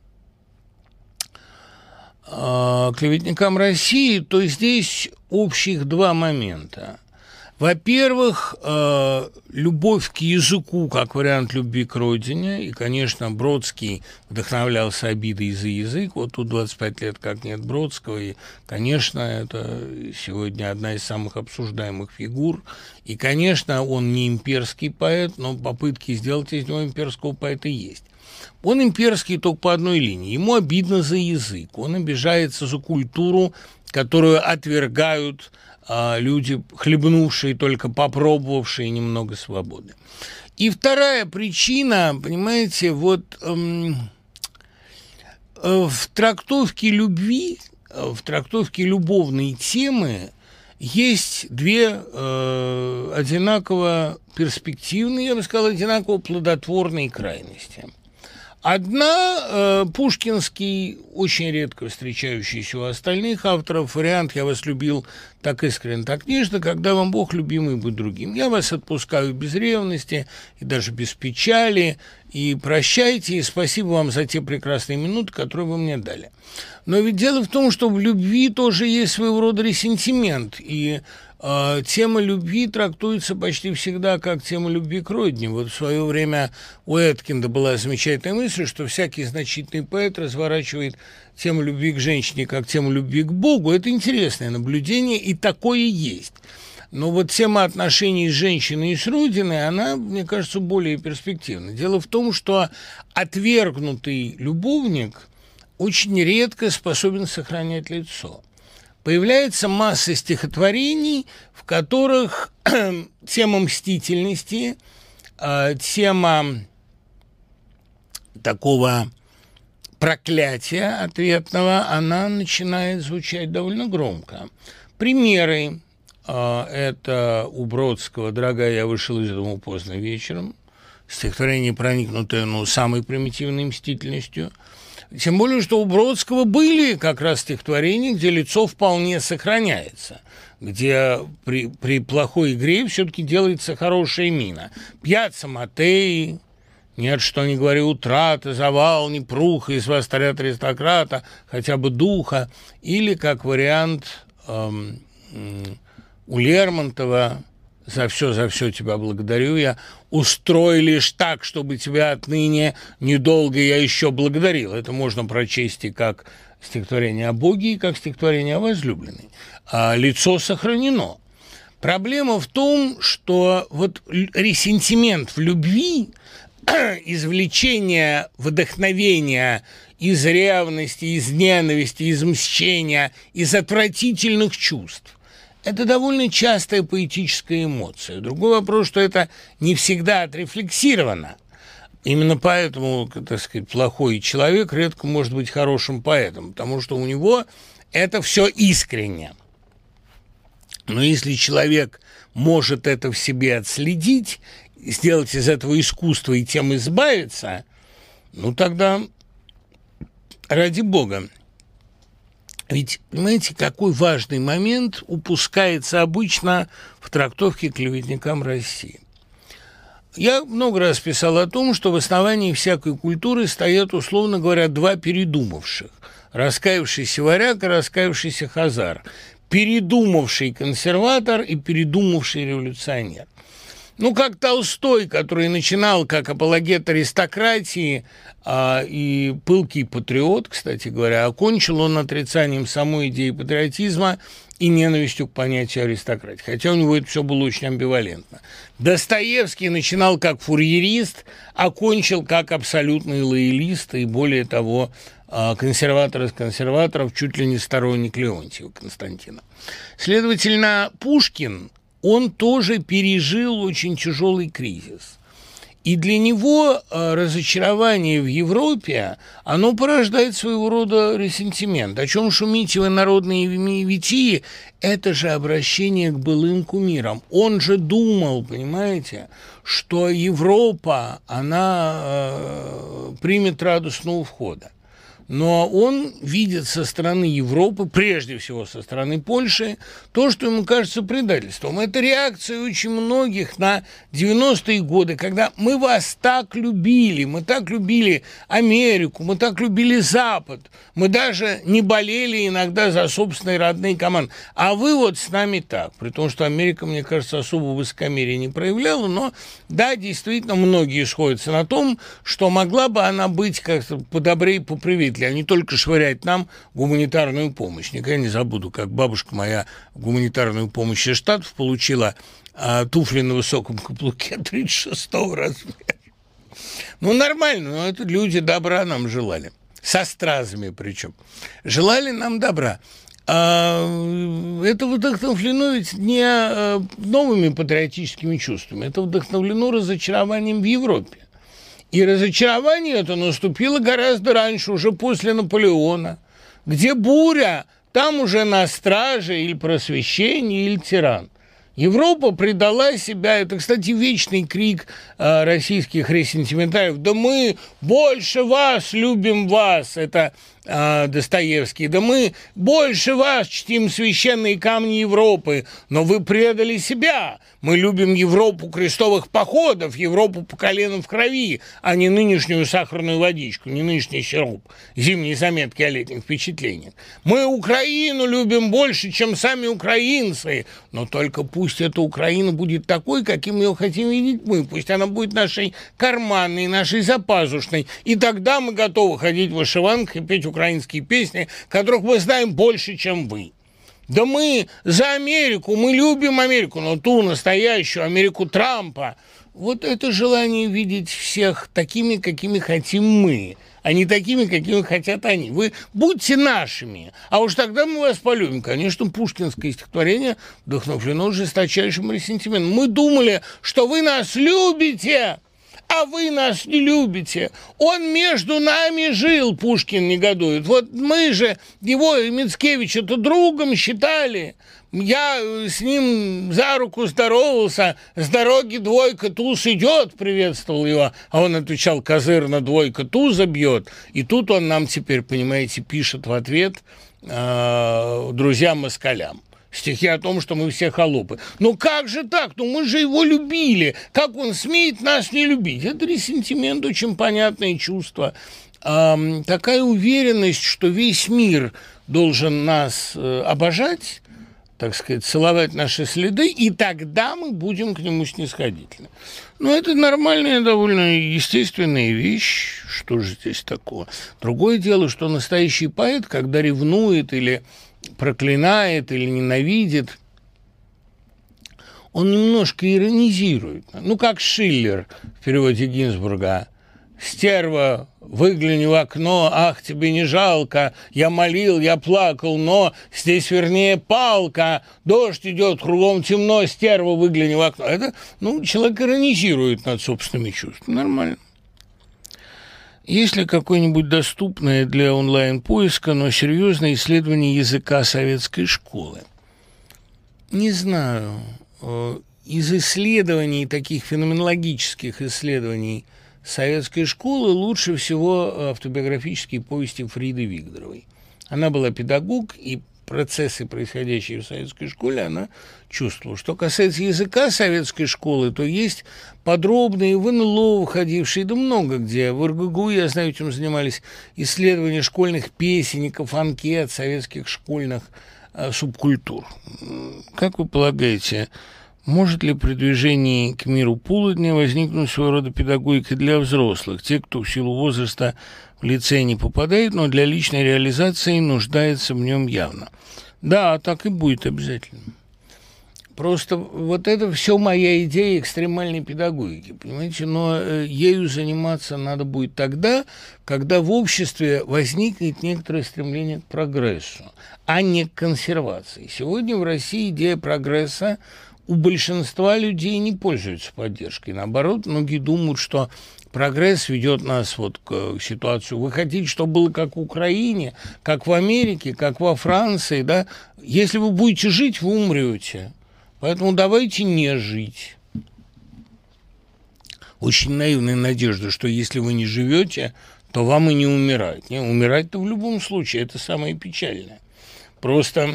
клеветникам России, то здесь общих два момента. Во-первых, любовь к языку как вариант любви к родине. И, конечно, Бродский вдохновлялся обидой за язык. Вот тут двадцать пять лет как нет Бродского. И, конечно, это сегодня одна из самых обсуждаемых фигур. И, конечно, он не имперский поэт, но попытки сделать из него имперского поэта есть. Он имперский только по одной линии. Ему обидно за язык. Он обижается за культуру, которую отвергают люди, хлебнувшие, только попробовавшие немного свободы. И вторая причина, понимаете, вот эм, э, в трактовке любви, в трактовке любовной темы есть две э, одинаково перспективные, я бы сказал, одинаково плодотворные крайности. Одна э, пушкинский, очень редко встречающийся у остальных авторов, вариант «Я вас любил так искренне, так нежно, когда вам Бог любимый будет другим. Я вас отпускаю без ревности и даже без печали, и прощайте, и спасибо вам за те прекрасные минуты, которые вы мне дали». Но ведь дело в том, что в любви тоже есть своего рода ресентимент, и э, тема любви трактуется почти всегда как тема любви к родине. Вот в свое время у Эткинда была замечательная мысль, что всякий значительный поэт разворачивает тему любви к женщине как тему любви к Богу. Это интересное наблюдение, и такое есть. Но вот тема отношений с женщиной и с родиной, она, мне кажется, более перспективна. Дело в том, что отвергнутый любовник очень редко способен сохранять лицо. Появляется масса стихотворений, в которых тема мстительности, тема такого проклятия ответного, она начинает звучать довольно громко. Примеры. Это у Бродского «Дорогая, я вышел из дома поздно вечером». Стихотворение, проникнутое, ну, самой примитивной мстительностью. Тем более, что у Бродского были как раз стихотворения, где лицо вполне сохраняется, где при, при плохой игре все-таки делается хорошая мина. «Пьяцца Матеи», «Нет, что не говори, утрата», «Завал, непруха, из вас старят аристократа, хотя бы духа», или, как вариант, эм, у Лермонтова «За все, за все тебя благодарю я, устрой лишь так, чтобы тебя отныне недолго я еще благодарил». Это можно прочесть и как стихотворение о Боге, и как стихотворение о возлюбленной. А лицо сохранено. Проблема в том, что вот ресентимент в любви, извлечение вдохновения из ревности, из ненависти, из мщения, из отвратительных чувств, это довольно частая поэтическая эмоция. Другой вопрос, что это не всегда отрефлексировано. Именно поэтому, так сказать, плохой человек редко может быть хорошим поэтом, потому что у него это все искренне. Но если человек может это в себе отследить, сделать из этого искусство и тем избавиться, ну тогда ради бога. Ведь, понимаете, какой важный момент упускается обычно в трактовке клеветникам России. Я много раз писал о том, что в основании всякой культуры стоят, условно говоря, два передумавших. Раскаявшийся варяг и раскаявшийся хазар. Передумавший консерватор и передумавший революционер. Ну, как Толстой, который начинал как апологет аристократии а, и пылкий патриот, кстати говоря, окончил он отрицанием самой идеи патриотизма и ненавистью к понятию аристократии. Хотя у него это все было очень амбивалентно. Достоевский начинал как фурьерист, окончил как абсолютный лоялист и, более того, консерватор из консерваторов, чуть ли не сторонник Леонтьева Константина. Следовательно, Пушкин, он тоже пережил очень тяжелый кризис. И для него разочарование в Европе, оно порождает своего рода ресентимент. О чем шумите вы, народные витии? Это же обращение к былым кумирам. Он же думал, понимаете, что Европа, она э, примет радостного входа. Но он видит со стороны Европы, прежде всего со стороны Польши, то, что ему кажется предательством. Это реакция очень многих на девяностые годы, когда мы вас так любили, мы так любили Америку, мы так любили Запад, мы даже не болели иногда за собственные родные команды. А вы вот с нами так, при том, что Америка, мне кажется, особо высокомерия не проявляла, но да, действительно, многие сходятся на том, что могла бы она быть как-то подобрее, поприветливее, а не только швырять нам гуманитарную помощь. Никогда не забуду, как бабушка моя гуманитарную помощь из Штатов получила а, туфли на высоком каблуке тридцать шестого размера. Ну, нормально, но это люди добра нам желали. Со стразами причем. Желали нам добра. А, это вдохновлено ведь не а, новыми патриотическими чувствами, это вдохновлено разочарованием в Европе. И разочарование это наступило гораздо раньше, уже после Наполеона, где буря, там уже на страже или просвещение, или тиран. Европа предала себя, это, кстати, вечный крик э, российских ресентиментариев, да мы больше вас любим вас, это э, Достоевский, да мы больше вас чтим священные камни Европы, но вы предали себя. Мы любим Европу крестовых походов, Европу по колено в крови, а не нынешнюю сахарную водичку, не нынешний сироп, зимние заметки о летних впечатлениях. Мы Украину любим больше, чем сами украинцы, но только пусть эта Украина будет такой, каким ее хотим видеть мы, пусть она будет нашей карманной, нашей запазушной, и тогда мы готовы ходить в вышиванках и петь украинские песни, которых мы знаем больше, чем вы. Да мы за Америку, мы любим Америку, но ту настоящую Америку Трампа. Вот это желание видеть всех такими, какими хотим мы, а не такими, какими хотят они. Вы будьте нашими, а уж тогда мы вас полюбим. Конечно, пушкинское стихотворение вдохновлено жесточайшим ресентиментом. Мы думали, что вы нас любите, а вы нас не любите. Он между нами жил, Пушкин негодует. Вот мы же его, Мицкевича-то, другом считали. Я с ним за руку здоровался, с дороги двойка туз идет, приветствовал его. А он отвечал, козырно двойка туза бьет. И тут он нам теперь, понимаете, пишет в ответ э, друзьям-москалям. Стихи о том, что мы все холопы. Ну как же так? Ну мы же его любили. Как он смеет нас не любить? Это ресентимент, очень понятное чувство. А, такая уверенность, что весь мир должен нас э, обожать, так сказать, целовать наши следы, и тогда мы будем к нему снисходительны. Но это нормальная, довольно естественная вещь. Что же здесь такого? Другое дело, что настоящий поэт, когда ревнует или проклинает или ненавидит, он немножко иронизирует. Ну, как Шиллер в переводе Гинзбурга. «Стерва, выгляни в окно, ах, тебе не жалко, я молил, я плакал, но здесь вернее палка, дождь идет, кругом темно, стерва, выгляни в окно». Это, ну, человек иронизирует над собственными чувствами. Нормально. Есть ли какое-нибудь доступное для онлайн-поиска, но серьезное исследование языка советской школы? Не знаю. Из исследований, таких феноменологических исследований советской школы лучше всего автобиографические повести Фриды Вигдоровой. Она была педагог, и процессы, происходящие в советской школе, она чувствовала. Что касается языка советской школы, то есть подробные в эн эл о выходившие, да много где. В эр гэ гэ у, я знаю, этим занимались исследования школьных песенников, анкет советских школьных э, субкультур. Как вы полагаете, может ли при движении к миру полудня возникнуть своего рода педагогика для взрослых, те, кто в силу возраста в лицей не попадает, но для личной реализации нуждается в нем явно? Да, так и будет обязательно. Просто вот это все моя идея экстремальной педагогики, понимаете? Но ею заниматься надо будет тогда, когда в обществе возникнет некоторое стремление к прогрессу, а не к консервации. Сегодня в России идея прогресса у большинства людей не пользуется поддержкой. Наоборот, многие думают, что прогресс ведет нас вот к ситуации. Вы хотите, чтобы было как в Украине, как в Америке, как во Франции, да? Если вы будете жить, вы умрете. Поэтому давайте не жить. Очень наивная надежда, что если вы не живете, то вам и не умирать. Не, умирать-то в любом случае, это самое печальное. Просто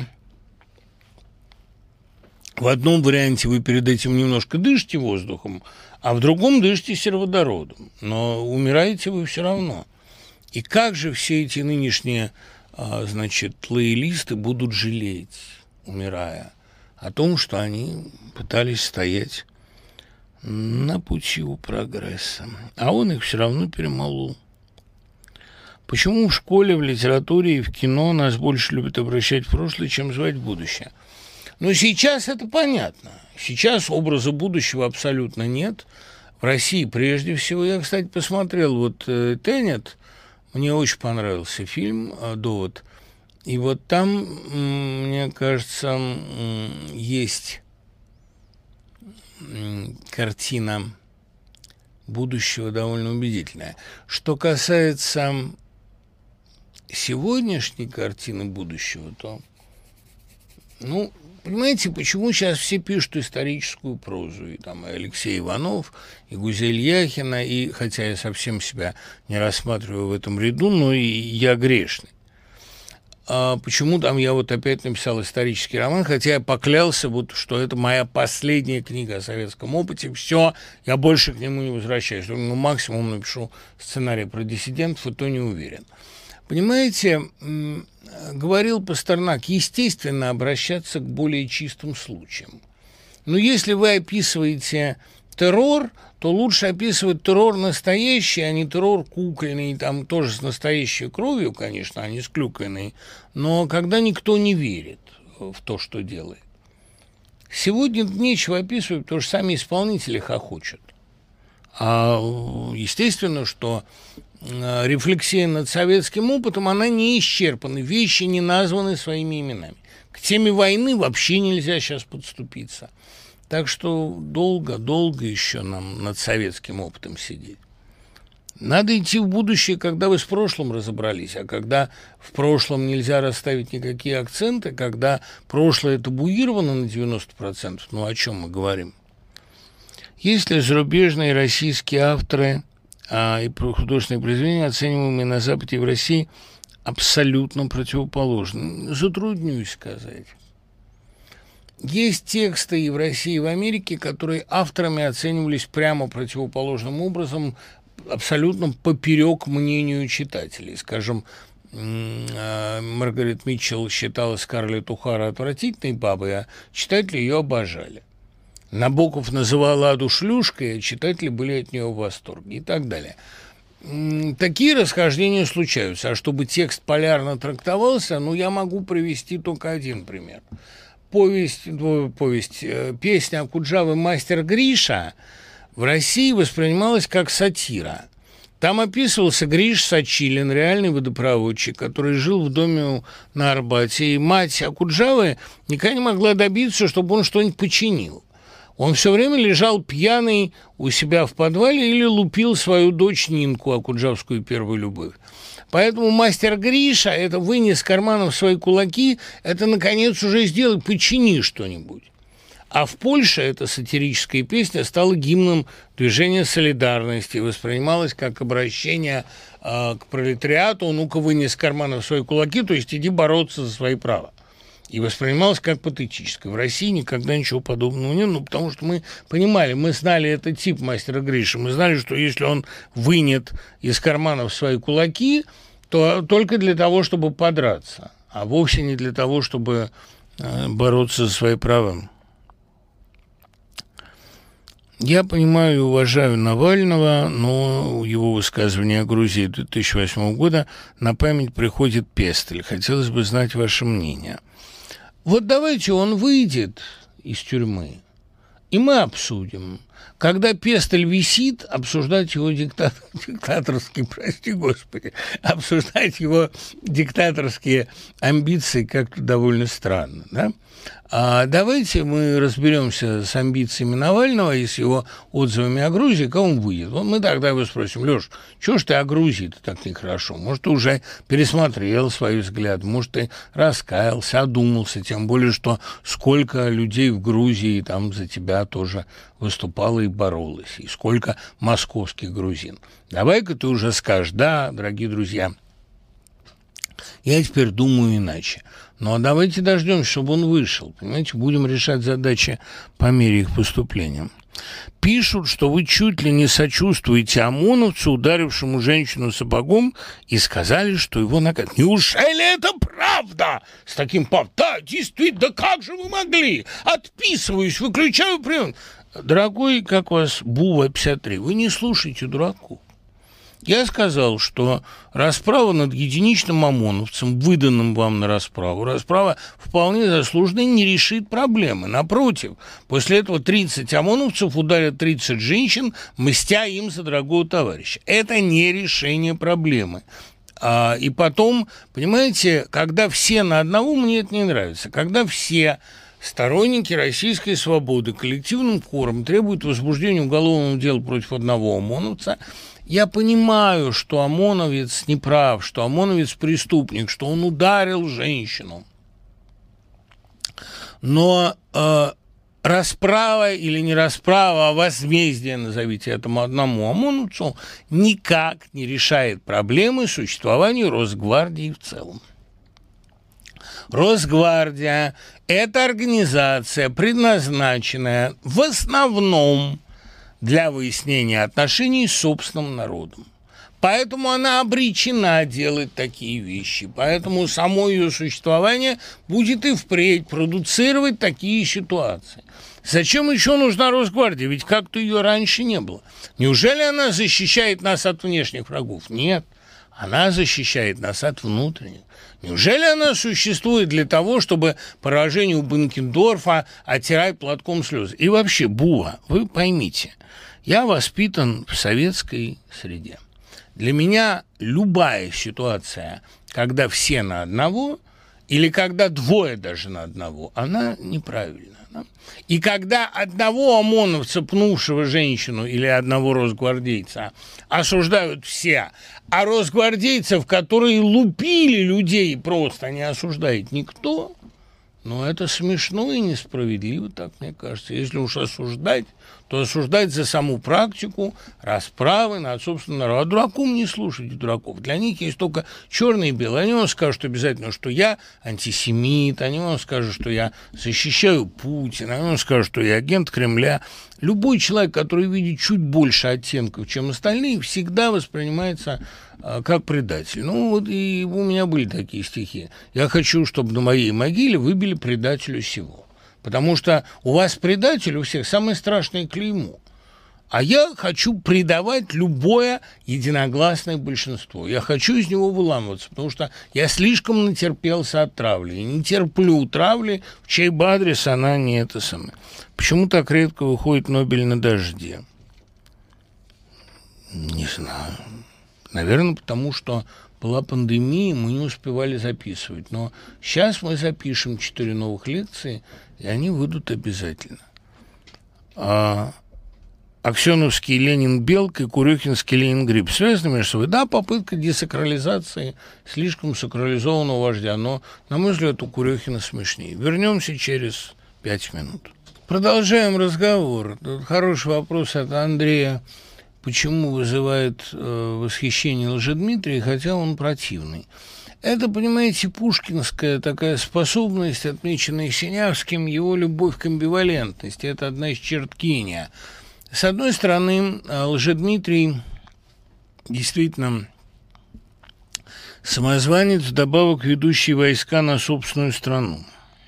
в одном варианте вы перед этим немножко дышите воздухом, а в другом дышите сероводородом. Но умираете вы все равно. И как же все эти нынешние, значит, лоялисты будут жалеть, умирая, о том, что они пытались стоять на пути у прогресса, а он их все равно перемолол. Почему в школе, в литературе и в кино нас больше любят обращать в прошлое, чем звать в будущее? Но сейчас это понятно. Сейчас образа будущего абсолютно нет. В России прежде всего. Я, кстати, посмотрел вот «Тенет». Мне очень понравился фильм «Довод». И вот там, мне кажется, есть картина будущего довольно убедительная. Что касается сегодняшней картины будущего, то, ну, понимаете, почему сейчас все пишут историческую прозу? И там и Алексей Иванов, и Гузель Яхина, и, хотя я совсем себя не рассматриваю в этом ряду, но и я грешный. А почему там я вот опять написал исторический роман, хотя я поклялся, вот, что это моя последняя книга о советском опыте. Все, я больше к нему не возвращаюсь. Ну, максимум напишу сценарий про диссидентов, и то не уверен. Понимаете, говорил Пастернак, естественно, обращаться к более чистым случаям. Но если вы описываете террор, то лучше описывать террор настоящий, а не террор кукольный, там тоже с настоящей кровью, конечно, а не с клюквенной, но когда никто не верит в то, что делает. Сегодня нечего описывать, потому что сами исполнители хохочут. А естественно, что рефлексия над советским опытом, она не исчерпана, вещи не названы своими именами. К теме войны вообще нельзя сейчас подступиться. Так что долго-долго еще нам над советским опытом сидеть. Надо идти в будущее, когда вы с прошлым разобрались, а когда в прошлом нельзя расставить никакие акценты, когда прошлое табуировано на девяносто процентов, ну о чем мы говорим? Если зарубежные российские авторы а, и художественные произведения, оцениваемые на Западе и в России, абсолютно противоположны, затруднюсь сказать. Есть тексты и в России, и в Америке, которые авторами оценивались прямо противоположным образом, абсолютно поперек мнению читателей. Скажем, Маргарет Митчелл считала Скарлетт О'Хара отвратительной бабой, а читатели ее обожали. Набоков называл Аду шлюшкой, а читатели были от нее в восторге и так далее. Такие расхождения случаются. А чтобы текст полярно трактовался, ну, я могу привести только один пример. Повесть, повесть, песня Акуджавы «Мастер Гриша» в России воспринималась как сатира. Там описывался Гриш Сачилин, реальный водопроводчик, который жил в доме на Арбате, и мать Акуджавы никогда не могла добиться, чтобы он что-нибудь починил. Он все время лежал пьяный у себя в подвале или лупил свою дочь Нинку, акуджавскую первую любовь. Поэтому мастер Гриша – это вынес из карманов свои кулаки, это, наконец, уже сделай, почини что-нибудь. А в Польше эта сатирическая песня стала гимном движения солидарности, воспринималась как обращение э, к пролетариату, ну-ка вынес из карманов свои кулаки, то есть иди бороться за свои права. И воспринималось как патетическое. В России никогда ничего подобного не было, ну, потому что мы понимали, мы знали этот тип мастера Гриши, мы знали, что если он вынет из карманов свои кулаки, то только для того, чтобы подраться, а вовсе не для того, чтобы э, бороться за свои права. Я понимаю и уважаю Навального, но его высказывание о Грузии две тысячи восьмого года на память приходит Пестель. Хотелось бы знать ваше мнение. Вот давайте он выйдет из тюрьмы, и мы обсудим. Когда Пестель висит, обсуждать его диктат... диктаторские, прости господи, обсуждать его диктаторские амбиции как-то довольно странно, да? А давайте мы разберемся с амбициями Навального и с его отзывами о Грузии, как он выйдет. Вот мы тогда его спросим: Лёш, чего ж ты о Грузии-то так нехорошо? Может, ты уже пересмотрел свои взгляды, может, ты раскаялся, одумался, тем более, что сколько людей в Грузии там за тебя тоже выступало и боролось, и сколько московских грузин. Давай-ка ты уже скажешь: да, дорогие друзья, я теперь думаю иначе. Но давайте дождемся, чтобы он вышел. Понимаете, будем решать задачи по мере их поступления. Пишут, что вы чуть ли не сочувствуете ОМОНовцу, ударившему женщину сапогом, и сказали, что его наказали. Неужели это правда? С таким пап. Да, действительно, да как же вы могли? Отписываюсь, выключаю прием. Дорогой, как вас, Бува пятьдесят три, вы не слушайте дураков. Я сказал, что расправа над единичным ОМОНовцем, выданным вам на расправу, расправа вполне заслуженная, не решит проблемы. Напротив, после этого тридцать ОМОНовцев ударят тридцать женщин, мстя им за дорогого товарища. Это не решение проблемы. А, и потом, понимаете, когда все на одного, мне это не нравится, когда все сторонники российской свободы коллективным хором требуют возбуждения уголовного дела против одного ОМОНовца, я понимаю, что ОМОНовец не прав, что ОМОНовец преступник, что он ударил женщину. Но э, расправа или не расправа, а возмездие, назовите этому одному ОМОНовцу, никак не решает проблемы существования Росгвардии в целом. Росгвардия – это организация, предназначенная в основном для выяснения отношений с собственным народом. Поэтому она обречена делать такие вещи. Поэтому само ее существование будет и впредь продуцировать такие ситуации. Зачем еще нужна Росгвардия? Ведь как-то ее раньше не было. Неужели она защищает нас от внешних врагов? Нет. Она защищает нас от внутренних. Неужели она существует для того, чтобы поражению Бенкендорфа оттирать платком слезы? И вообще, Бува, вы поймите, я воспитан в советской среде. Для меня любая ситуация, когда все на одного, или когда двое даже на одного, она неправильна. Да? И когда одного ОМОНовца, пнувшего женщину, или одного росгвардейца осуждают все, а росгвардейцев, которые лупили людей, просто не осуждает никто, ну, это смешно и несправедливо, так мне кажется. Если уж осуждать, то осуждать за саму практику расправы над собственным народом. А дураком не слушайте дураков. Для них есть только черное и белое. Они вам скажут обязательно, что я антисемит, они вам скажут, что я защищаю Путина, они вам скажут, что я агент Кремля. Любой человек, который видит чуть больше оттенков, чем остальные, всегда воспринимается а, как предатель. Ну, вот и у меня были такие стихи. Я хочу, чтобы на моей могиле выбили предателю сего. Потому что у вас предатель у всех самое страшное клеймо. А я хочу предавать любое единогласное большинство. Я хочу из него выламываться, потому что я слишком натерпелся от травли. И не терплю травли, в чей бы адрес она не это самое. Почему так редко выходит Нобель на дожде? Не знаю. Наверное, потому что была пандемия, мы не успевали записывать. Но сейчас мы запишем четыре новых лекции, и они выйдут обязательно. А Аксеновский Ленин Белка и Курехинский Ленин Гриб связаны между собой? Да, попытка десакрализации слишком сакрализованного вождя, но, на мой взгляд, у Курехина смешнее. Вернемся через пять минут. Продолжаем разговор. Тут хороший вопрос от Андрея. Почему вызывает э, восхищение Лжедмитрий, хотя он противный? Это, понимаете, пушкинская такая способность, отмеченная Синявским, его любовь к амбивалентности. Это одна из черт гения. С одной стороны, Лжедмитрий действительно самозванец, вдобавок ведущий войска на собственную страну.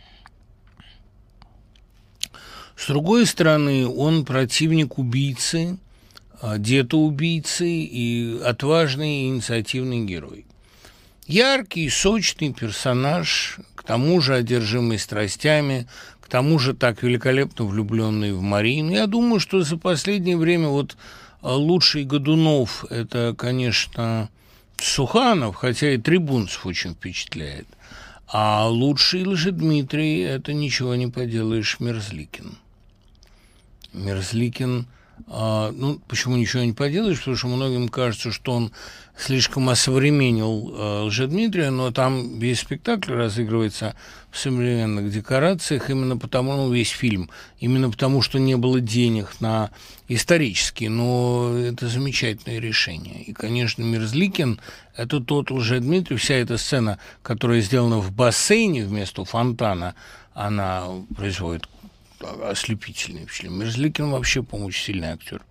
С другой стороны, он противник убийцы, дето-убийцы и отважный и инициативный герой. Яркий, сочный персонаж, к тому же одержимый страстями, к тому же так великолепно влюбленный в Марину. Я думаю, что за последнее время вот лучший Годунов – это, конечно, Суханов, хотя и Трибунцев очень впечатляет. А лучший Лжедмитрий – это ничего не поделаешь, Мерзликин. Мерзликин, а, ну, почему ничего не поделаешь? Потому что многим кажется, что он слишком осовременил а, Лжедмитрия, но там весь спектакль разыгрывается в современных декорациях именно потому, ну, весь фильм, именно потому, что не было денег на исторические, но это замечательное решение. И, конечно, Мерзликин – это тот Лжедмитрий, вся эта сцена, которая сделана в бассейне вместо фонтана, она производит ослепительный впечатление. Мерзликин вообще, по-моему, очень сильный актер.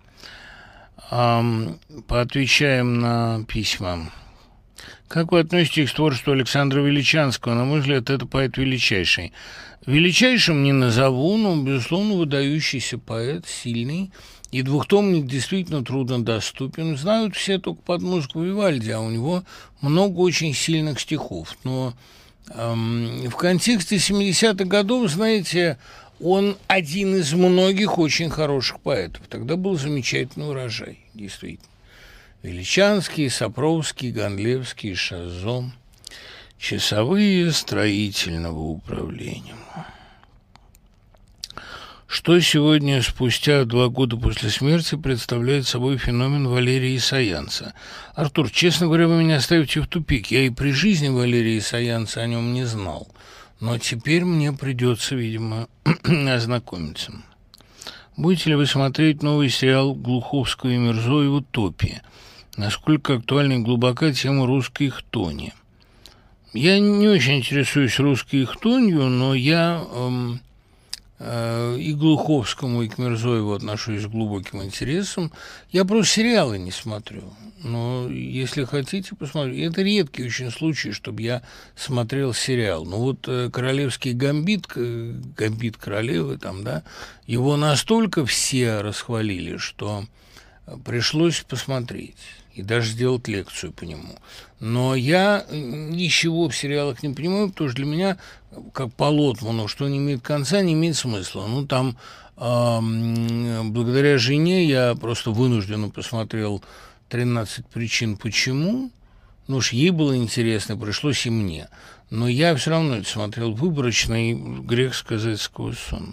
Поотвечаем на письма. Как вы относитесь к творчеству Александра Величанского? На мой взгляд, это поэт величайший. Величайшим не назову, но, безусловно, выдающийся поэт, сильный. И двухтомник действительно труднодоступен. Знают все только под музыку Вивальди, а у него много очень сильных стихов. Но эм, в контексте семидесятых годов, знаете, он один из многих очень хороших поэтов. Тогда был замечательный урожай, действительно. Величанский, Сапровский, Гондлевский, Шазо, часовые строительного управления. Что сегодня, спустя два года после смерти, представляет собой феномен Валерия Исаянца? Артур, честно говоря, вы меня ставите в тупик. Я и при жизни Валерия Исаянца о нем не знал. Но теперь мне придется, видимо, ознакомиться. Будете ли вы смотреть новый сериал Глуховского и Мирзоева «Топия»? Насколько актуальна и глубока тема русской хтони? Я не очень интересуюсь русской хтонью, но я эм, э, и к Глуховскому, и к Мирзоеву отношусь с глубоким интересом. Я просто сериалы не смотрю. Но если хотите, посмотрите. Это редкий очень случай, чтобы я смотрел сериал. Ну вот э, «Королевский гамбит», э, «Гамбит королевы», там, да, его настолько все расхвалили, что пришлось посмотреть и даже сделать лекцию по нему. Но я ничего в сериалах не понимаю, потому что для меня, как по Лотману, что не имеет конца, не имеет смысла. Ну, там, э, благодаря жене я просто вынужденно посмотрел «тринадцать причин почему». Ну уж ей было интересно, пришлось и мне. Но я все равно это смотрел выборочно, и грех сказать сквозь сон.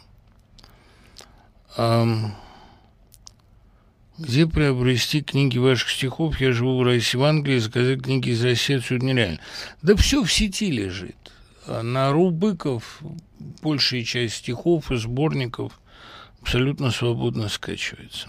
Эм... Где приобрести книги ваших стихов? Я живу в России, в Англии, заказать книги из России отсюда нереально. Да все в сети лежит. На Рубыков большая часть стихов и сборников абсолютно свободно скачивается.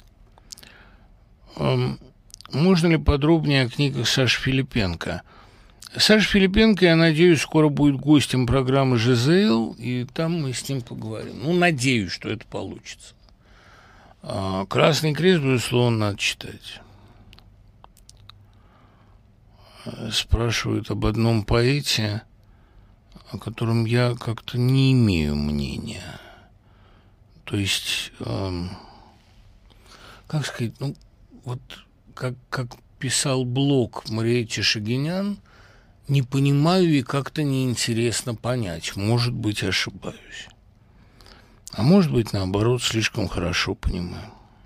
Можно ли подробнее о книгах Саши Филипенко? Саша Филипенко, я надеюсь, скоро будет гостем программы «Жизель», и там мы с ним поговорим. Ну, надеюсь, что это получится. «Красный крест», безусловно, надо читать. Спрашивают об одном поэте, о котором я как-то не имею мнения. То есть, эм, как сказать, ну, вот как, как писал Блок Мариэтти Шагинян, не понимаю и как-то неинтересно понять. Может быть, ошибаюсь. А может быть, наоборот, слишком хорошо понимаю.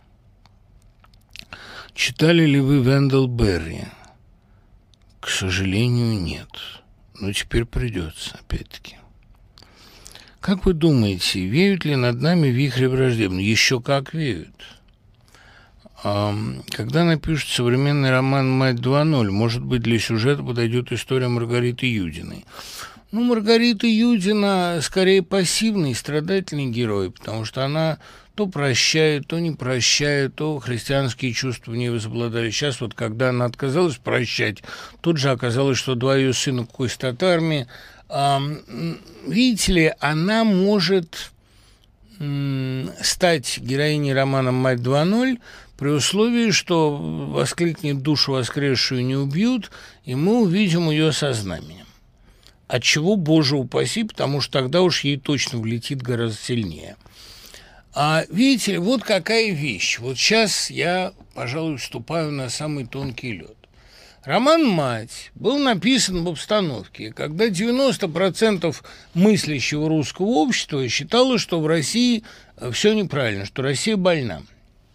Читали ли вы Вендell Берри? К сожалению, нет. Но теперь придется, опять-таки. Как вы думаете, веют ли над нами вихри враждебные? Еще как веют. А когда напишут современный роман «Мать два ноль», может быть, для сюжета подойдет история Маргариты Юдиной. Ну, Маргарита Юдина скорее пассивный, страдательный герой, потому что она то прощает, то не прощает, то христианские чувства в ней возобладали. Сейчас вот, когда она отказалась прощать, тут же оказалось, что два ее сына какой-то татарами. А, видите ли, она может м- стать героиней романа «Мать два ноль» при условии, что воскликнет «душу воскресшую не убьют», и мы увидим ее со знаменем. Отчего, боже упаси, потому что тогда уж ей точно влетит гораздо сильнее. А видите, вот какая вещь. Вот сейчас я, пожалуй, вступаю на самый тонкий лед. Роман «Мать» был написан в обстановке, когда девяносто процентов мыслящего русского общества считало, что в России все неправильно, что Россия больна.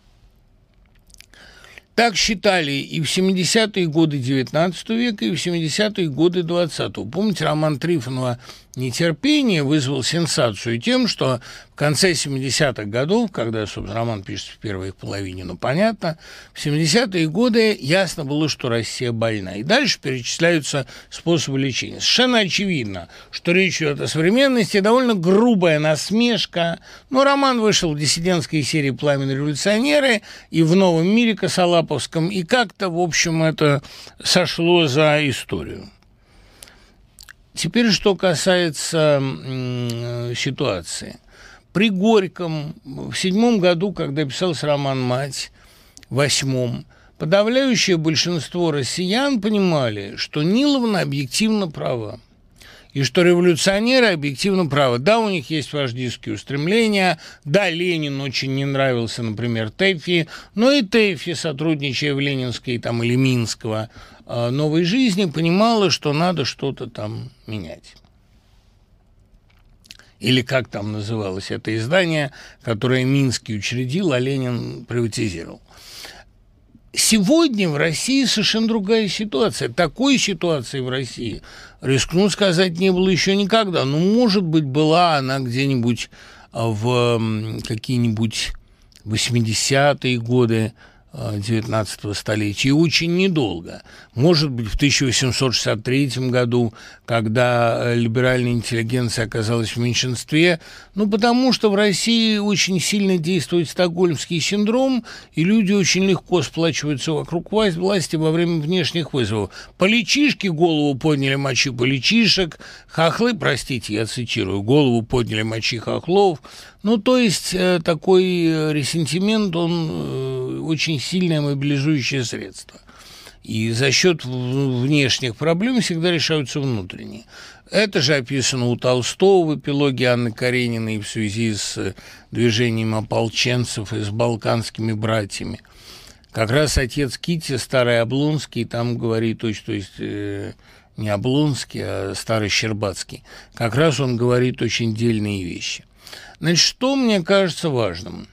Так считали и в семидесятые годы девятнадцатого века, и в семидесятые годы двадцатого. Помните, роман Трифонова «Нетерпение» вызвал сенсацию тем, что в конце семидесятых годов, когда, собственно, роман пишется в первой их половине, ну, понятно, в семидесятые годы ясно было, что Россия больна. И дальше перечисляются способы лечения. Совершенно очевидно, что речь идет о современности, довольно грубая насмешка. Но роман вышел в диссидентской серии «Пламенные революционеры» и в «Новом мире» Косолаповском, и как-то, в общем, это сошло за историю. Теперь, что касается м, ситуации. При Горьком в седьмом году, когда писался роман «Мать», в восьмом, подавляющее большинство россиян понимали, что Ниловна объективно права, и что революционеры объективно правы. Да, у них есть вождистские устремления, да, Ленин очень не нравился, например, Тэффи, но и Тэффи, сотрудничая в ленинской там, или Минского «Новой жизни», понимала, что надо что-то там менять. Или как там называлось это издание, которое Минский учредил, а Ленин приватизировал. Сегодня в России совершенно другая ситуация. Такой ситуации в России, рискну сказать, не было еще никогда. Ну, может быть, была она где-нибудь в какие-нибудь восьмидесятые годы девятнадцатого столетия, и очень недолго. Может быть, в тысяча восемьсот шестьдесят третьем году, когда либеральная интеллигенция оказалась в меньшинстве, ну, потому что в России очень сильно действует стокгольмский синдром, и люди очень легко сплачиваются вокруг власти во время внешних вызовов. Политишки голову подняли мочи политишек, хохлы, простите, я цитирую, голову подняли мочи хохлов. Ну, то есть э, такой ресентимент, он э, очень сильное мобилизующее средство. И за счет внешних проблем всегда решаются внутренние. Это же описано у Толстого в эпилоге Анны Карениной в связи с движением ополченцев и с балканскими братьями. Как раз отец Кити, старый Облонский, там говорит, то есть, то есть э, не Облонский, а старый Щербацкий, как раз он говорит очень дельные вещи. Значит, что мне кажется важным?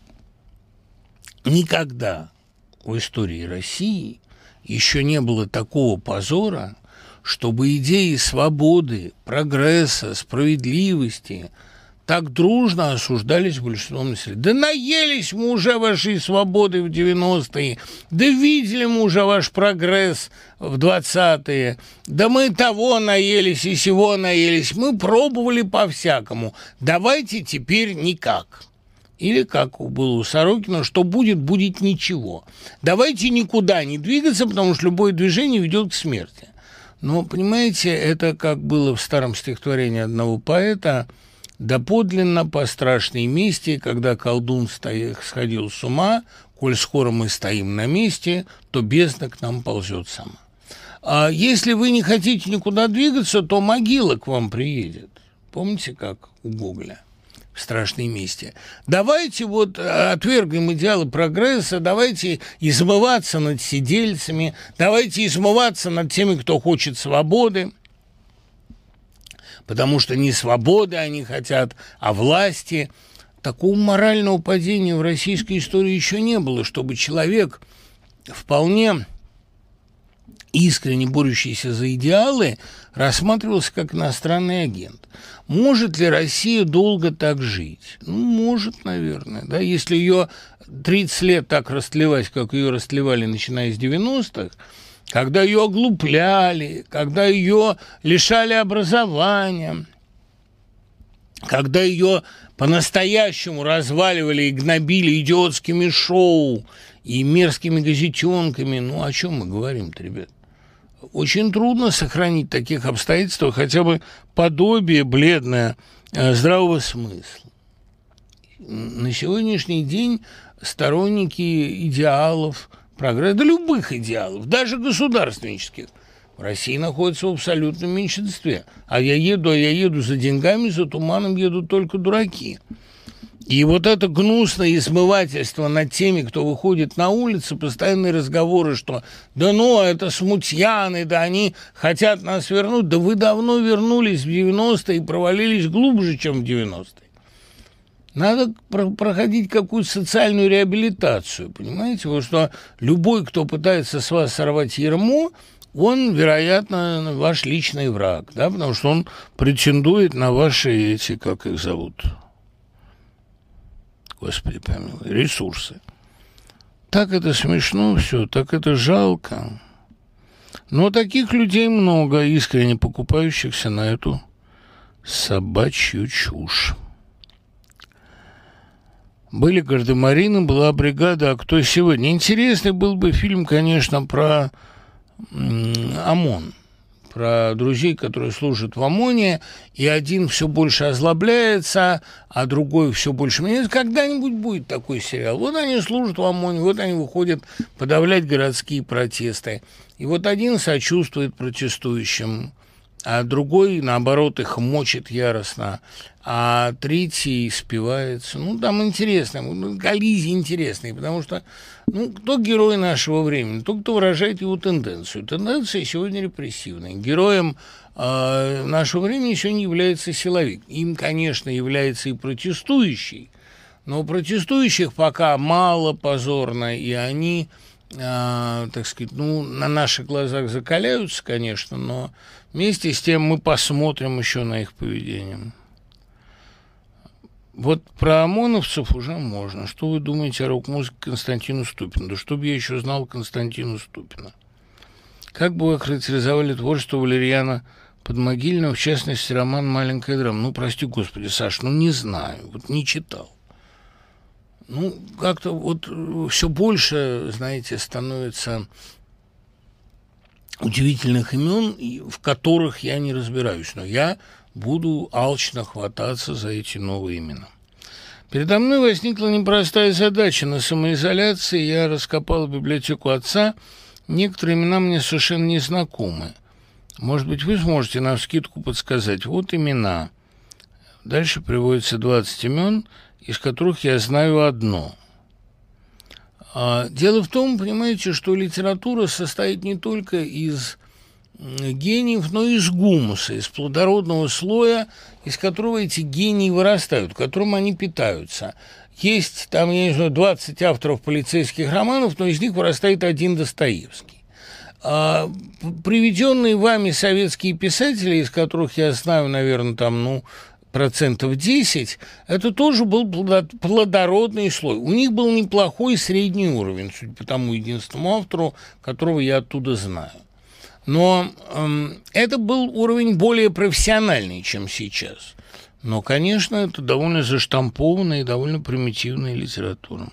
Никогда в истории России еще не было такого позора, чтобы идеи свободы, прогресса, справедливости так дружно осуждались большинством населения. Да наелись мы уже вашей свободы в девяностые, да видели мы уже ваш прогресс в двадцатые, да мы того наелись и сего наелись, мы пробовали по-всякому, давайте теперь никак. Или, как было у Сорокина, что будет, будет ничего. Давайте никуда не двигаться, потому что любое движение ведет к смерти. Но, понимаете, это как было в старом стихотворении одного поэта: «Доподлинно по страшной мести, когда колдун стоя, сходил с ума, коль скоро мы стоим на месте, то бездна к нам ползет сама». А если вы не хотите никуда двигаться, то могила к вам приедет. Помните, как у Гоголя в «Страшной мести»? Давайте вот отвергнем идеалы прогресса, давайте измываться над сидельцами, давайте измываться над теми, кто хочет свободы. Потому что не свободы они хотят, а власти. Такого морального падения в российской истории еще не было, чтобы человек, вполне искренне борющийся за идеалы, рассматривался как иностранный агент. Может ли Россия долго так жить? Ну, может, наверное. Да? Если ее тридцать лет так растлевать, как ее растлевали, начиная с девяностых, когда ее оглупляли, когда ее лишали образования, когда ее по-настоящему разваливали и гнобили идиотскими шоу и мерзкими газетенками, ну, о чем мы говорим-то, ребят? Очень трудно сохранить в таких обстоятельствах хотя бы подобие бледное здравого смысла. На сегодняшний день сторонники идеалов прогресса, да любых идеалов, даже государственнических, в России находятся в абсолютном меньшинстве. А я еду, а я еду за деньгами, за туманом едут только дураки. И вот это гнусное измывательство над теми, кто выходит на улицу, постоянные разговоры, что да ну, это смутьяны, да они хотят нас вернуть. Да вы давно вернулись в девяностые и провалились глубже, чем в девяностые. Надо про- проходить какую-то социальную реабилитацию, понимаете? Вот что любой, кто пытается с вас сорвать ярмо, он, вероятно, ваш личный враг, да, потому что он претендует на ваши эти, как их зовут... Господи помилуй, ресурсы. Так это смешно все, так это жалко. Но таких людей много, искренне покупающихся на эту собачью чушь. Были гардемарины, была бригада, а кто сегодня? Интересный был бы фильм, конечно, про ОМОН. Про друзей, которые служат в ОМОНе, и один все больше озлобляется, а другой все больше меняется. Когда-нибудь будет такой сериал. Вот они служат в ОМОНе, вот они выходят подавлять городские протесты. И вот один сочувствует протестующим, а другой, наоборот, их мочит яростно, а третий спивается. Ну, там интересно, коллизии интересные, потому что, ну, кто герой нашего времени? Тот, кто выражает его тенденцию. Тенденция сегодня репрессивная. Героем э, нашего времени сегодня является силовик. Им, конечно, является и протестующий, но протестующих пока мало, позорно, и они, э, так сказать, ну, на наших глазах закаляются, конечно, но вместе с тем мы посмотрим еще на их поведение. Вот про ОМОНовцев уже можно. Что вы думаете о рок-музыке Константина Ступина? Да чтобы я еще знал Константина Ступина. Как бы вы охарактеризовали творчество Валерьяна Подмогильного, в частности, роман «Маленькая драма»? Ну, прости господи, Саш, ну не знаю, вот не читал. Ну, как-то вот все больше, знаете, становится удивительных имен, в которых я не разбираюсь, но я буду алчно хвататься за эти новые имена. Передо мной возникла непростая задача. На самоизоляции я раскопал библиотеку отца. Некоторые имена мне совершенно не знакомы. Может быть, вы сможете навскидку подсказать. Вот имена. Дальше приводится двадцать имен, из которых я знаю одно. Дело в том, понимаете, что литература состоит не только из гениев, но и из гумуса, из плодородного слоя, из которого эти гении вырастают, которым они питаются. Есть там, я не знаю, двадцать авторов полицейских романов, но из них вырастает один Достоевский. А приведенные вами советские писатели, из которых я знаю, наверное, там, ну, процентов десять, это тоже был плодородный слой. У них был неплохой средний уровень, судя по тому единственному автору, которого я оттуда знаю. Но эм, это был уровень более профессиональный, чем сейчас. Но, конечно, это довольно заштампованная и довольно примитивная литература.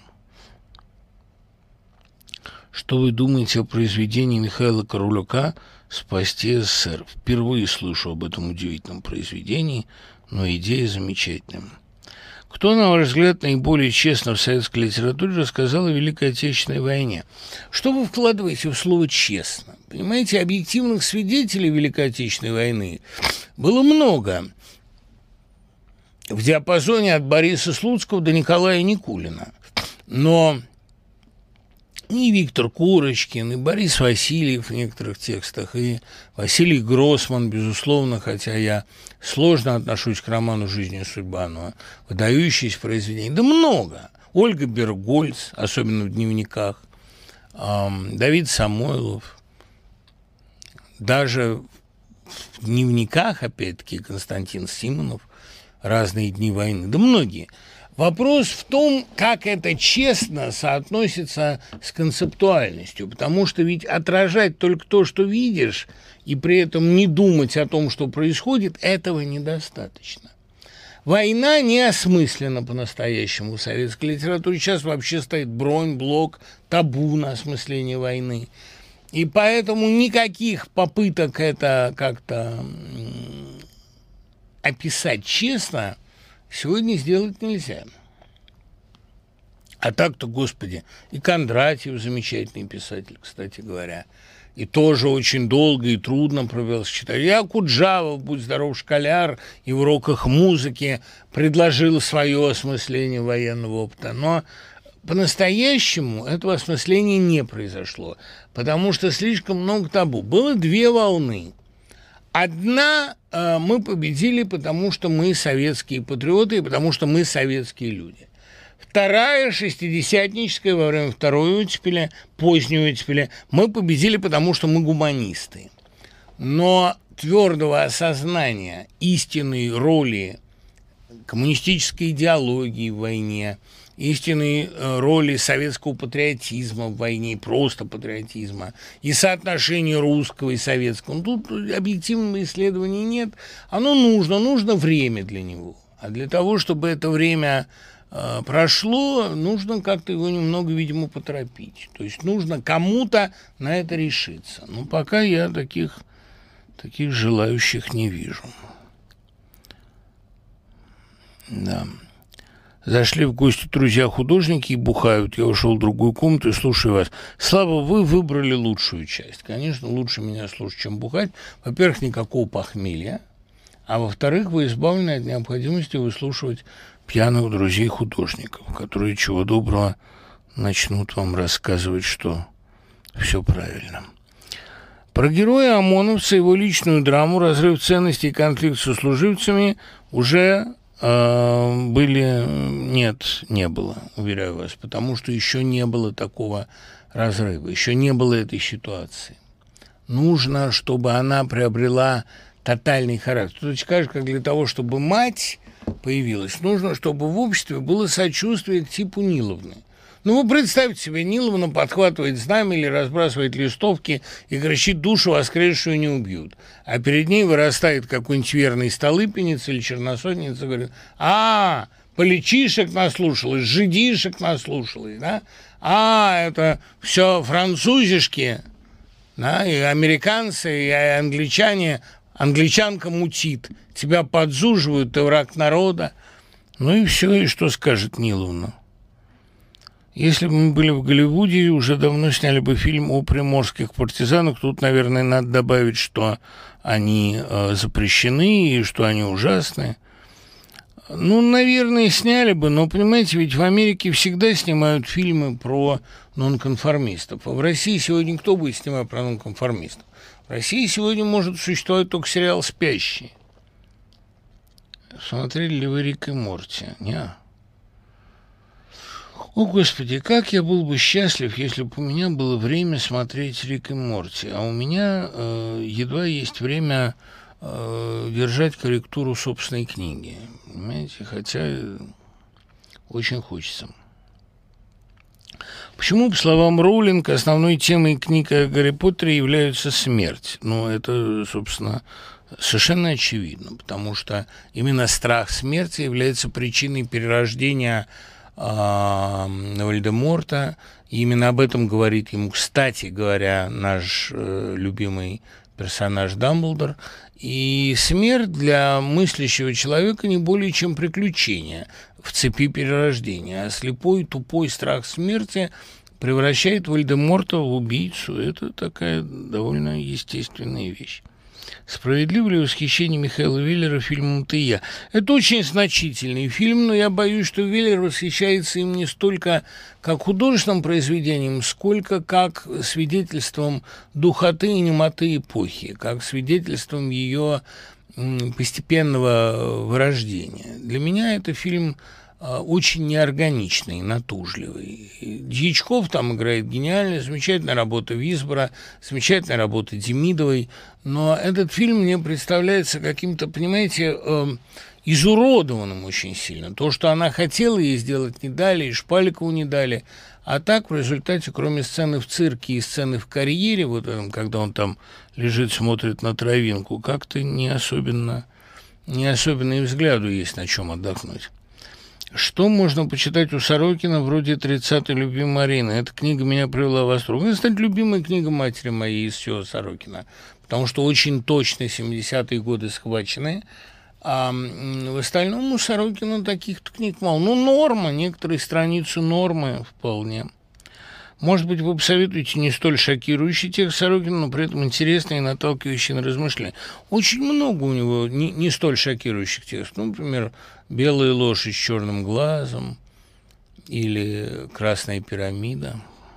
Что вы думаете о произведении Михаила Королюка «Спасти СССР»? Впервые слышу об этом удивительном произведении, но идея замечательная. Кто, на ваш взгляд, наиболее честно в советской литературе рассказал о Великой Отечественной войне? Что вы вкладываете в слово «честно»? Понимаете, объективных свидетелей Великой Отечественной войны было много. В диапазоне от Бориса Слуцкого до Николая Никулина. Но и Виктор Курочкин, и Борис Васильев в некоторых текстах, и Василий Гроссман, безусловно, хотя я сложно отношусь к роману «Жизнь и судьба», но выдающиеся произведения. Да много. Ольга Бергольц, особенно в дневниках, эм, Давид Самойлов. Даже в дневниках, опять-таки, Константин Симонов, «Разные дни войны». Да многие. Вопрос в том, как это честно соотносится с концептуальностью, потому что ведь отражать только то, что видишь, и при этом не думать о том, что происходит, этого недостаточно. Война не осмыслена по-настоящему в советской литературе. Сейчас вообще стоит бронь, блок, табу на осмысление войны. И поэтому никаких попыток это как-то описать честно сегодня сделать нельзя. А так-то, господи, и Кондратьев замечательный писатель, кстати говоря, и тоже очень долго и трудно провелся читать. И Окуджава, будь здоров, школяр, и в уроках музыки предложил свое осмысление военного опыта. Но по-настоящему этого осмысления не произошло, потому что слишком много табу. Было две волны. Одна э, мы победили, потому что мы советские патриоты и потому что мы советские люди. Вторая, шестидесятническая, во время второй оттепели, поздней оттепели, мы победили, потому что мы гуманисты. Но твердого осознания истинной роли коммунистической идеологии в войне, истинной роли советского патриотизма в войне, просто патриотизма, и соотношения русского и советского. Ну, тут объективного исследования нет. Оно нужно, нужно время для него. А для того, чтобы это время э, прошло, нужно как-то его немного, видимо, поторопить. То есть нужно кому-то на это решиться. Но пока я таких, таких желающих не вижу. Да. Зашли в гости друзья-художники и бухают. Я ушел в другую комнату и слушаю вас. Слава, вы выбрали лучшую часть. Конечно, лучше меня слушать, чем бухать. Во-первых, никакого похмелья. А во-вторых, вы избавлены от необходимости выслушивать пьяных друзей-художников, которые, чего доброго, начнут вам рассказывать, что все правильно. Про героя ОМОНовца, его личную драму, разрыв ценностей и конфликт со служивцами уже... были... Нет, не было, уверяю вас, потому что еще не было такого разрыва, еще не было этой ситуации. Нужно, чтобы она приобрела тотальный характер. То есть, скажешь, как для того, чтобы мать появилась, нужно, чтобы в обществе было сочувствие к типу Ниловны. Ну, вы представьте себе, Ниловна подхватывает знамя или разбрасывает листовки и кричит: душу воскресшую не убьют. А перед ней вырастает какой-нибудь верный столыпинец или черносотница и говорит: а, поличишек наслушалась, жидишек наслушалась, да? А, это все французишки, да, и американцы, и англичане, англичанка мутит, тебя подзуживают, ты враг народа. Ну и все, и что скажет Ниловна? Если бы мы были в Голливуде, уже давно сняли бы фильм о приморских партизанах. Тут, наверное, надо добавить, что они э, запрещены и что они ужасны. Ну, наверное, сняли бы, но, понимаете, ведь в Америке всегда снимают фильмы про нонконформистов. А в России сегодня кто будет снимать про нонконформистов? В России сегодня может существовать только сериал «Спящие». Смотрели ли вы «Рик и Морти»? Нет. О, Господи, как я был бы счастлив, если бы у меня было время смотреть «Рик и Морти», а у меня э, едва есть время э, держать корректуру собственной книги, понимаете, хотя очень хочется. Почему, по словам Роулинг, основной темой книг о Гарри Поттере является смерть? Ну, это, собственно, совершенно очевидно, потому что именно страх смерти является причиной перерождения Волдеморта. И именно об этом говорит ему, кстати говоря, наш э, любимый персонаж Дамблдор. И смерть для мыслящего человека не более чем приключение в цепи перерождения. А слепой, тупой страх смерти превращает Волдеморта в убийцу. Это такая довольно естественная вещь. Справедливо ли восхищение Михаила Веллера фильмом «Ты и я»? Это очень значительный фильм, но я боюсь, что Веллер восхищается им не столько как художественным произведением, сколько как свидетельством духоты и немоты эпохи, как свидетельством ее постепенного вырождения. Для меня это фильм очень неорганичный, натужливый. Дьячков там играет гениально, замечательная работа Висбора, замечательная работа Демидовой, но этот фильм мне представляется каким-то, понимаете, э, изуродованным очень сильно. То, что она хотела ей сделать, не дали, и Шпаликову не дали. А так, в результате, кроме сцены в цирке и сцены в карьере, вот этом, когда он там лежит, смотрит на травинку, как-то не особенно, не особенно и взгляду есть на чем отдохнуть. Что можно почитать у Сорокина вроде «тридцатой любви Марины»? Эта книга меня привела в восторг. Это, кстати, любимая книга матери моей из всего Сорокина, потому что очень точно семидесятые годы схвачены, а в остальном у Сорокина таких книг мало. Ну, норма, некоторые страницы нормы вполне. Может быть, вы посоветуете не столь шокирующий текст Сорокина, но при этом интересный и наталкивающий на размышления. Очень много у него не, не столь шокирующих текстов. Ну, например, «Белая лошадь с черным глазом» или «Красная пирамида».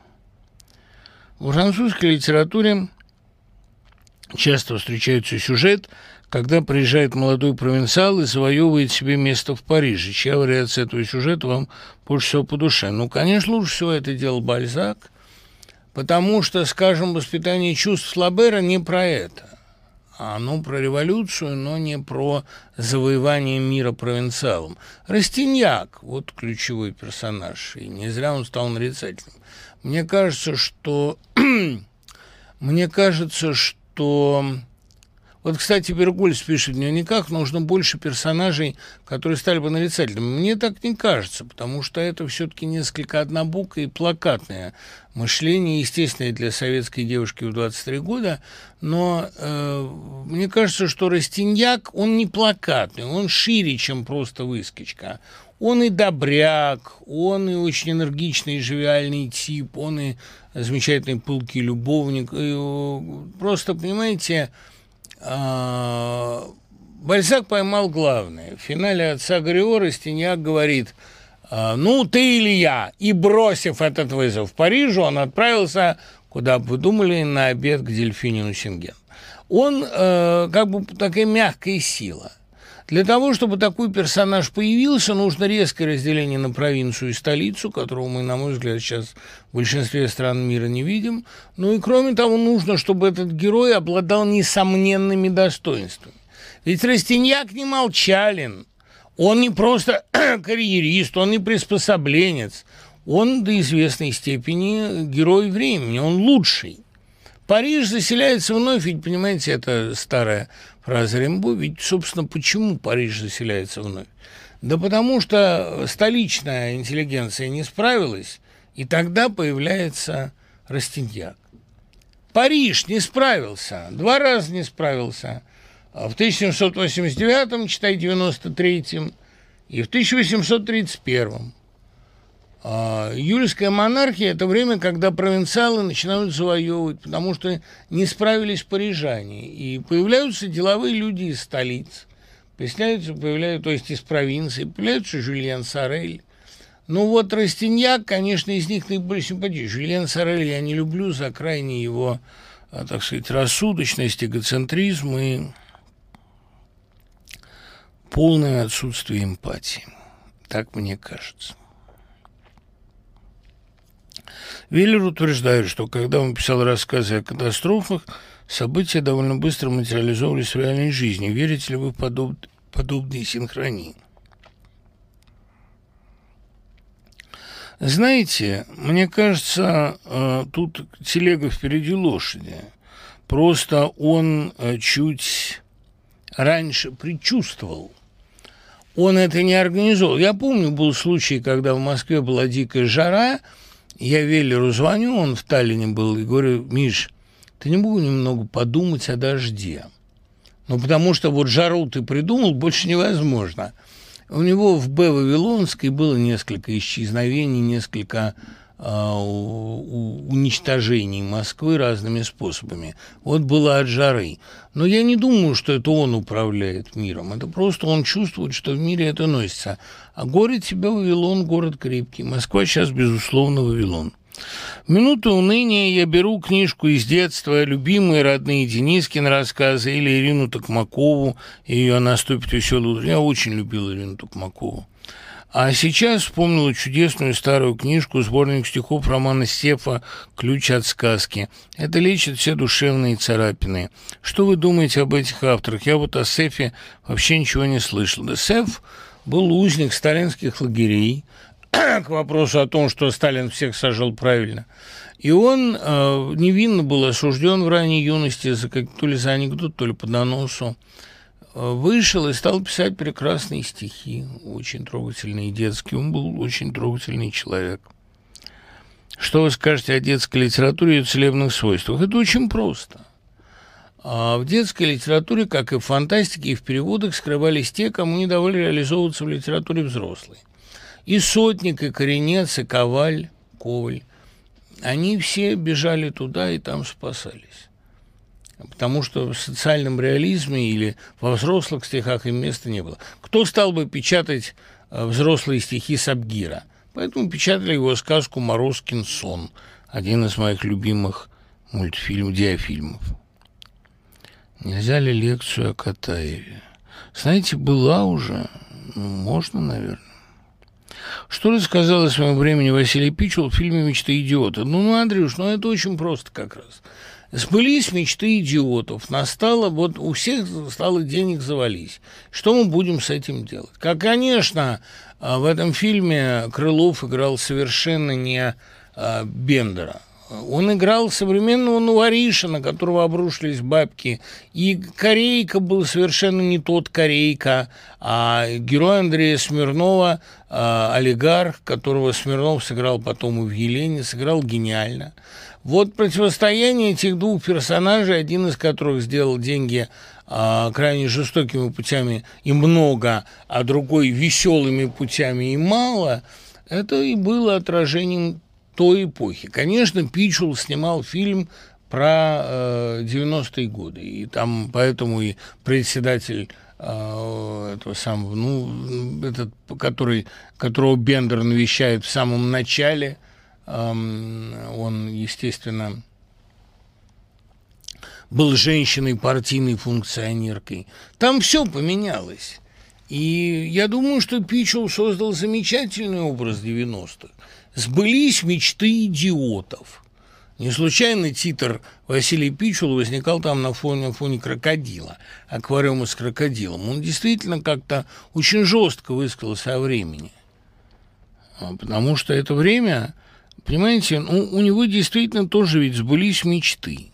В французской литературе часто встречается сюжет, когда приезжает молодой провинциал и завоевывает себе место в Париже. Чья вариация этого сюжета вам больше всего по душе? Ну, конечно, лучше всего это делал Бальзак, потому что, скажем, «Воспитание чувств» Флабера не про это. Оно про революцию, но не про завоевание мира провинциалом. Растиньяк – вот ключевой персонаж, и не зря он стал нарицательным. Мне кажется, что... Мне кажется, что... Вот, кстати, Бергольц пишет в дневниках, нужно больше персонажей, которые стали бы нарицательными. Мне так не кажется, потому что это все-таки несколько однобокое и плакатное мышление, естественное для советской девушки в двадцать три года, но э, мне кажется, что Растиньяк, он не плакатный, он шире, чем просто выскочка. Он и добряк, он и очень энергичный, живиальный тип, он и замечательный пылкий любовник. И, просто, понимаете... Бальзак поймал главное. В финале «Отца Грио» Растиньяк говорит: «Ну, ты или я?» И, бросив этот вызов в Парижу, он отправился, куда бы вы думали, на обед к Дельфинину Синген. Он э, как бы такая мягкая сила. Для того, чтобы такой персонаж появился, нужно резкое разделение на провинцию и столицу, которого мы, на мой взгляд, сейчас в большинстве стран мира не видим. Ну и, кроме того, нужно, чтобы этот герой обладал несомненными достоинствами. Ведь Растиньяк не молчалин, он не просто карьерист, он не приспособленец, он до известной степени герой времени, он лучший. Париж заселяется вновь, ведь, понимаете, это старая фраза Римбо, ведь, собственно, почему Париж заселяется вновь? Да потому что столичная интеллигенция не справилась, и тогда появляется Растиньяк. Париж не справился, два раза не справился. В тысяча семьсот восемьдесят девятом, читай, девяносто третьем, и в тысяча восемьсот тридцать первом. Июльская монархия – это время, когда провинциалы начинают завоевывать, потому что не справились парижане. И появляются деловые люди из столиц, появляются, появляются, то есть из провинции, появляются Жюльен Сорель. Ну вот Растиньяк, конечно, из них наиболее симпатичный. Жюльен Сорель я не люблю за крайне его, так сказать, рассудочность, эгоцентризм и полное отсутствие эмпатии. Так мне кажется. Веллер утверждает, что когда он писал рассказы о катастрофах, события довольно быстро материализовывались в реальной жизни. Верите ли вы в подоб... подобные синхронии? Знаете, мне кажется, тут телега впереди лошади. Просто он чуть раньше предчувствовал. Он это не организовал. Я помню, был случай, когда в Москве была дикая жара. Я Веллеру звоню, он в Таллине был, и говорю: Миш, ты не мог немного подумать о дожде? Ну, потому что вот жару ты придумал, больше невозможно. У него в Б Вавилонской было несколько исчезновений, несколько э, уничтожений Москвы разными способами. Вот было от жары. Но я не думаю, что это он управляет миром. Это просто он чувствует, что в мире это носится. А город тебя Вавилон, город крепкий. Москва сейчас, безусловно, Вавилон. В минуту уныния я беру книжку из детства, любимые родные Денискин рассказы, или Ирину Токмакову, ее «Наступит веселый утро». Я очень любил Ирину Токмакову. А сейчас вспомнила чудесную старую книжку, сборник стихов романа Сефа «Ключ от сказки». Это лечит все душевные царапины. Что вы думаете об этих авторах? Я вот о Сефе вообще ничего не слышал. Да Сеф был узник сталинских лагерей, к вопросу о том, что Сталин всех сажал правильно. И он э, невинно был осужден в ранней юности за, как, то ли за анекдот, то ли по доносу. Вышел и стал писать прекрасные стихи, очень трогательные, детские. Он был очень трогательный человек. Что вы скажете о детской литературе и целебных свойствах? Это очень просто. А в детской литературе, как и в фантастике, и в переводах, скрывались те, кому не давали реализовываться в литературе взрослой. И Сотник, и Коренец, и Коваль, Коваль. они все бежали туда и там спасались. Потому что в социальном реализме или во взрослых стихах им места не было. Кто стал бы печатать взрослые стихи Сабгира? Поэтому печатали его сказку «Морозкин сон», один из моих любимых мультфильмов, диафильмов. Нельзя ли лекцию о Катаеве? Знаете, была уже, ну, можно, наверное. Что рассказал о своем времени Василий Пичул в фильме «Мечты идиота»? Ну, ну, Андрюш, ну это очень просто как раз. Сбылись мечты идиотов, настало, вот у всех стало денег завались. Что мы будем с этим делать? Как, конечно, в этом фильме Крылов играл совершенно не Бендера. Он играл современного Новориша, на которого обрушились бабки. И Корейка был совершенно не тот Корейка, а герой Андрея Смирнова, олигарх, которого Смирнов сыграл потом и в «Елене», сыграл гениально. Вот противостояние этих двух персонажей, один из которых сделал деньги а, крайне жестокими путями и много, а другой веселыми путями и мало, это и было отражением той эпохи. Конечно, Пичул снимал фильм про э, девяностые годы, и там поэтому и председатель э, этого самого, ну, этот, который, которого Бендер навещает в самом начале, он, естественно, был женщиной, партийной функционеркой. Там все поменялось. И я думаю, что Пичул создал замечательный образ девяностых. Сбылись мечты идиотов. Не случайно титр Василий Пичул возникал там на фоне, на фоне крокодила, аквариума с крокодилом. Он действительно как-то очень жестко высказался о времени. Потому что это время... Понимаете, ну, у него действительно тоже ведь сбылись мечты.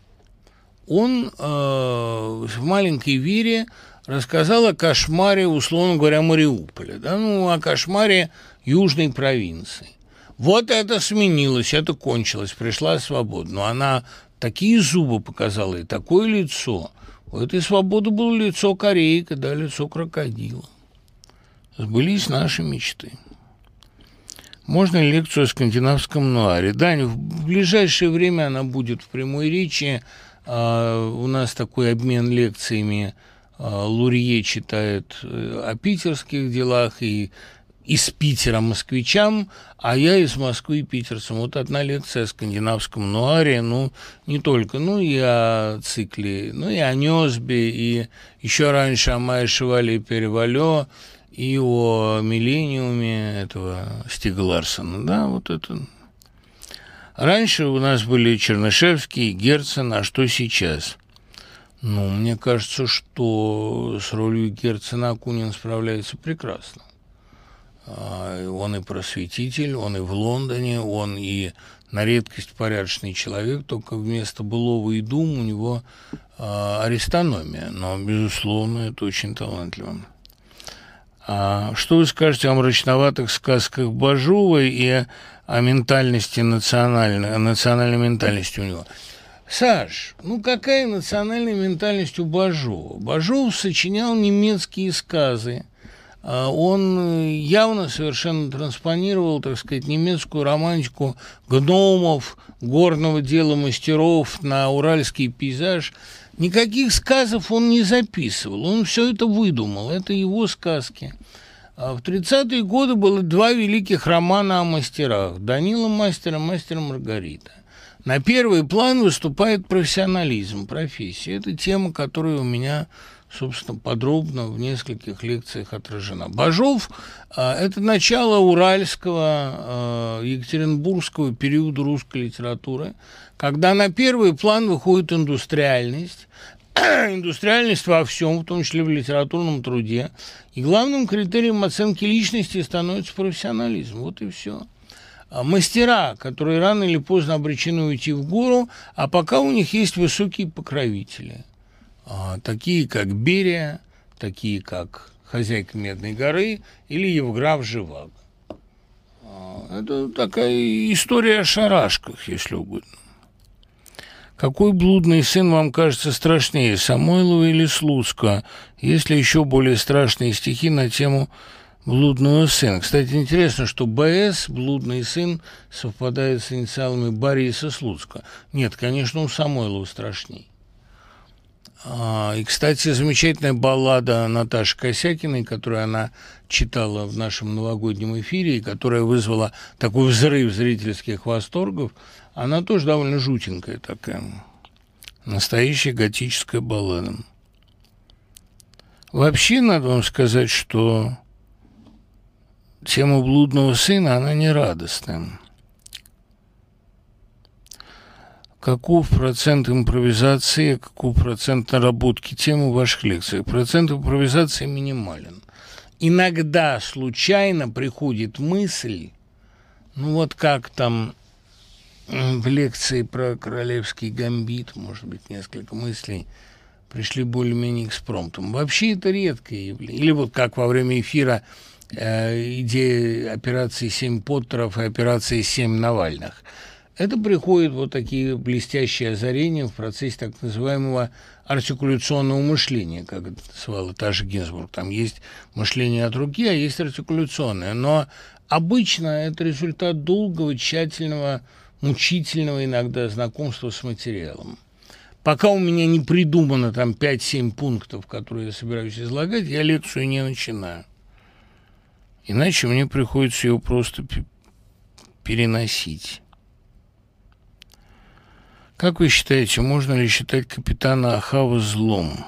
Он э, в «Маленькой Вере» рассказал о кошмаре, условно говоря, Мариуполя, да, ну, о кошмаре южной провинции. Вот это сменилось, это кончилось, пришла свобода. Но она такие зубы показала и такое лицо. У этой свободы было лицо корейка, да, лицо крокодила. Сбылись наши мечты. Можно ли лекцию о скандинавском нуаре? Дань, в ближайшее время она будет в прямой речи. А, у нас такой обмен лекциями. А, Лурье читает о питерских делах и из Питера москвичам, а я из Москвы питерцам. Вот одна лекция о скандинавском нуаре, ну, не только, ну, и о цикле, ну, и о Нёсбе, и еще раньше о Майе Шевале Перевалё, и о «Миллениуме» этого Стига Ларсона, да, вот это. Раньше у нас были Чернышевский, Герцен, а что сейчас? Ну, мне кажется, что с ролью Герцена Акунин справляется прекрасно. Он и просветитель, он и в Лондоне, он и на редкость порядочный человек, только вместо былого и дум у него аристономия, но, безусловно, это очень талантливо. А что вы скажете о мрачноватых сказках Бажовой и о ментальности национальной, о национальной ментальности у него? Саш, ну какая национальная ментальность у Бажова? Бажов сочинял немецкие сказы. Он явно совершенно транспонировал, так сказать, немецкую романтику гномов, горного дела мастеров на уральский пейзаж. Никаких сказов он не записывал, он все это выдумал, это его сказки. В тридцатые годы было два великих романа о мастерах: Данила Мастер и Мастер Маргарита. На первый план выступает профессионализм, профессия. Это тема, которая у меня, собственно, подробно в нескольких лекциях отражена. Бажов – это начало уральского, екатеринбургского периода русской литературы, когда на первый план выходит индустриальность, индустриальность во всем, в том числе в литературном труде, и главным критерием оценки личности становится профессионализм. Вот и все. Мастера, которые рано или поздно обречены уйти в гору, а пока у них есть высокие покровители. Такие, как Берия, такие, как хозяйка Медной горы или Евграф Живаго. Это такая история о шарашках, если угодно. Какой блудный сын вам кажется страшнее, Самойлова или Слуцкого? Есть ли еще более страшные стихи на тему блудного сына. Кстати, интересно, что БС, блудный сын, совпадает с инициалами Бориса Слуцкого. Нет, конечно, у Самойлова страшней. А, и, кстати, замечательная баллада Наташи Косякиной, которую она читала в нашем новогоднем эфире, и которая вызвала такой взрыв зрительских восторгов, она тоже довольно жутенькая такая. Настоящая готическая баллада. Вообще, надо вам сказать, что тема блудного сына, она не радостная. Каков процент импровизации, каков процент наработки темы в ваших лекциях? Процент импровизации минимален. Иногда случайно приходит мысль, ну вот как там в лекции про королевский гамбит, может быть, несколько мыслей пришли более-менее экспромтом. Вообще это редкое явление. Или вот как во время эфира э, идея операции «Семь Поттеров» и операции «Семь Навальных». Это приходит вот такие блестящие озарения в процессе так называемого артикуляционного мышления, как это называла Таша Гинзбург. Там есть мышление от руки, а есть артикуляционное. Но обычно это результат долгого, тщательного, мучительного иногда знакомства с материалом. Пока у меня не придумано там пять-семь пунктов, которые я собираюсь излагать, я лекцию не начинаю. Иначе мне приходится ее просто переносить. Как вы считаете, можно ли считать капитана Ахава злом?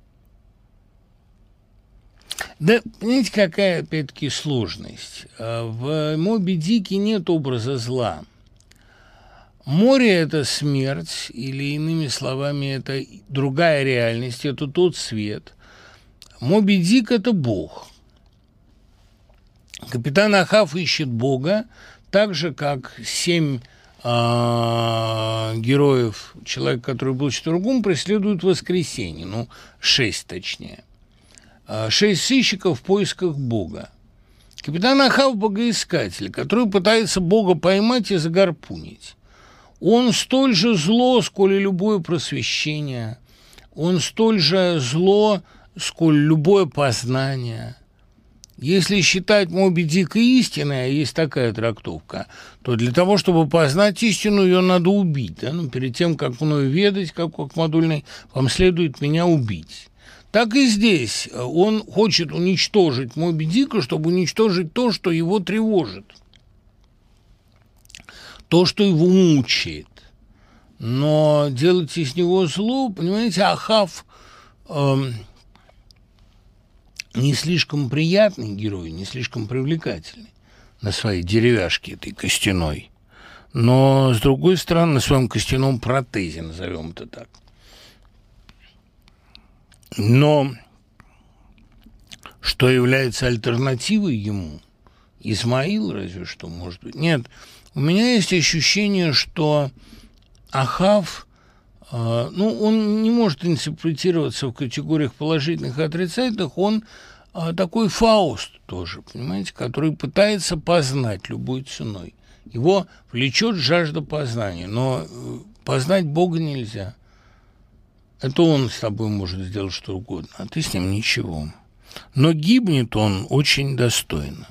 Да, понимаете, какая, опять-таки, сложность. В «Моби Дике» нет образа зла. Море – это смерть, или, иными словами, это другая реальность, это тот свет. Моби Дик – это Бог. Капитан Ахав ищет Бога, так же, как семь а, героев, человек, который был четвергум, преследуют воскресенье, ну, шесть точнее. А, шесть сыщиков в поисках Бога. Капитан Ахав – богоискатель, который пытается Бога поймать и загарпунить. Он столь же зло, сколь и любое просвещение. Он столь же зло, сколь любое познание. Если считать Моби Дика истиной, а есть такая трактовка, то для того, чтобы познать истину, ее надо убить. Да? Ну, перед тем, как мною ведать, как у Акмадульной, вам следует меня убить. Так и здесь. Он хочет уничтожить Моби Дика, чтобы уничтожить то, что его тревожит. То, что его мучает. Но делать из него зло, понимаете, Ахав э, не слишком приятный герой, не слишком привлекательный на своей деревяшке этой костяной. Но, с другой стороны, на своем костяном протезе, назовем это так. Но что является альтернативой ему? Измаил, разве что, может быть? Нет. У меня есть ощущение, что Ахав, э, ну, он не может интерпретироваться в категориях положительных и отрицательных, он э, такой Фауст тоже, понимаете, который пытается познать любой ценой. Его влечет жажда познания, но познать Бога нельзя. Это он с тобой может сделать что угодно, а ты с ним ничего. Но гибнет он очень достойно.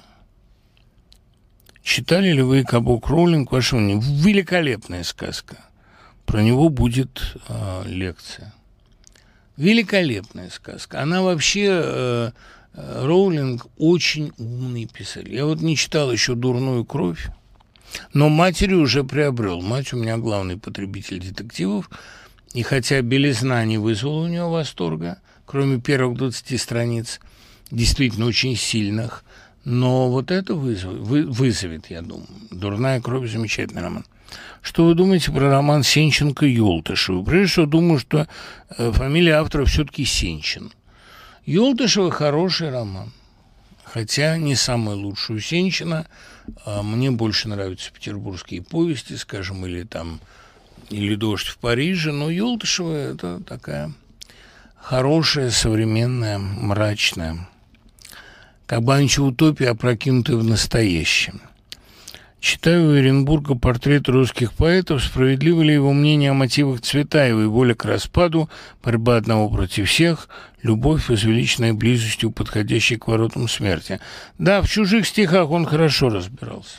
Читали ли вы «Кабок Роулинг» вашего мнения? Великолепная сказка. Про него будет э, лекция. Великолепная сказка. Она вообще, э, Роулинг, очень умный писатель. Я вот не читал еще «Дурную кровь», но матери уже приобрел. Мать у меня главный потребитель детективов. И хотя «Белизна» не вызвала у нее восторга, кроме первых двадцати страниц, действительно очень сильных, но вот это вызовет, вы, вызовет, я думаю. «Дурная кровь» – замечательный роман. Что вы думаете про роман Сенченко-Ёлтышева? Прежде всего, думаю, что фамилия автора все-таки Сенчин. Ёлтышева хороший роман, хотя не самый лучший у Сенчина. Мне больше нравятся петербургские повести, скажем, или там или «Дождь в Париже», но Ёлтышева – это такая хорошая, современная, мрачная, как бы антиутопия, опрокинутая в настоящем. Читаю у Оренбурга портрет русских поэтов. Справедливо ли его мнение о мотивах Цветаевой? Воля к распаду, борьба одного против всех, любовь, возвеличенная близостью, подходящей к воротам смерти. Да, в чужих стихах он хорошо разбирался.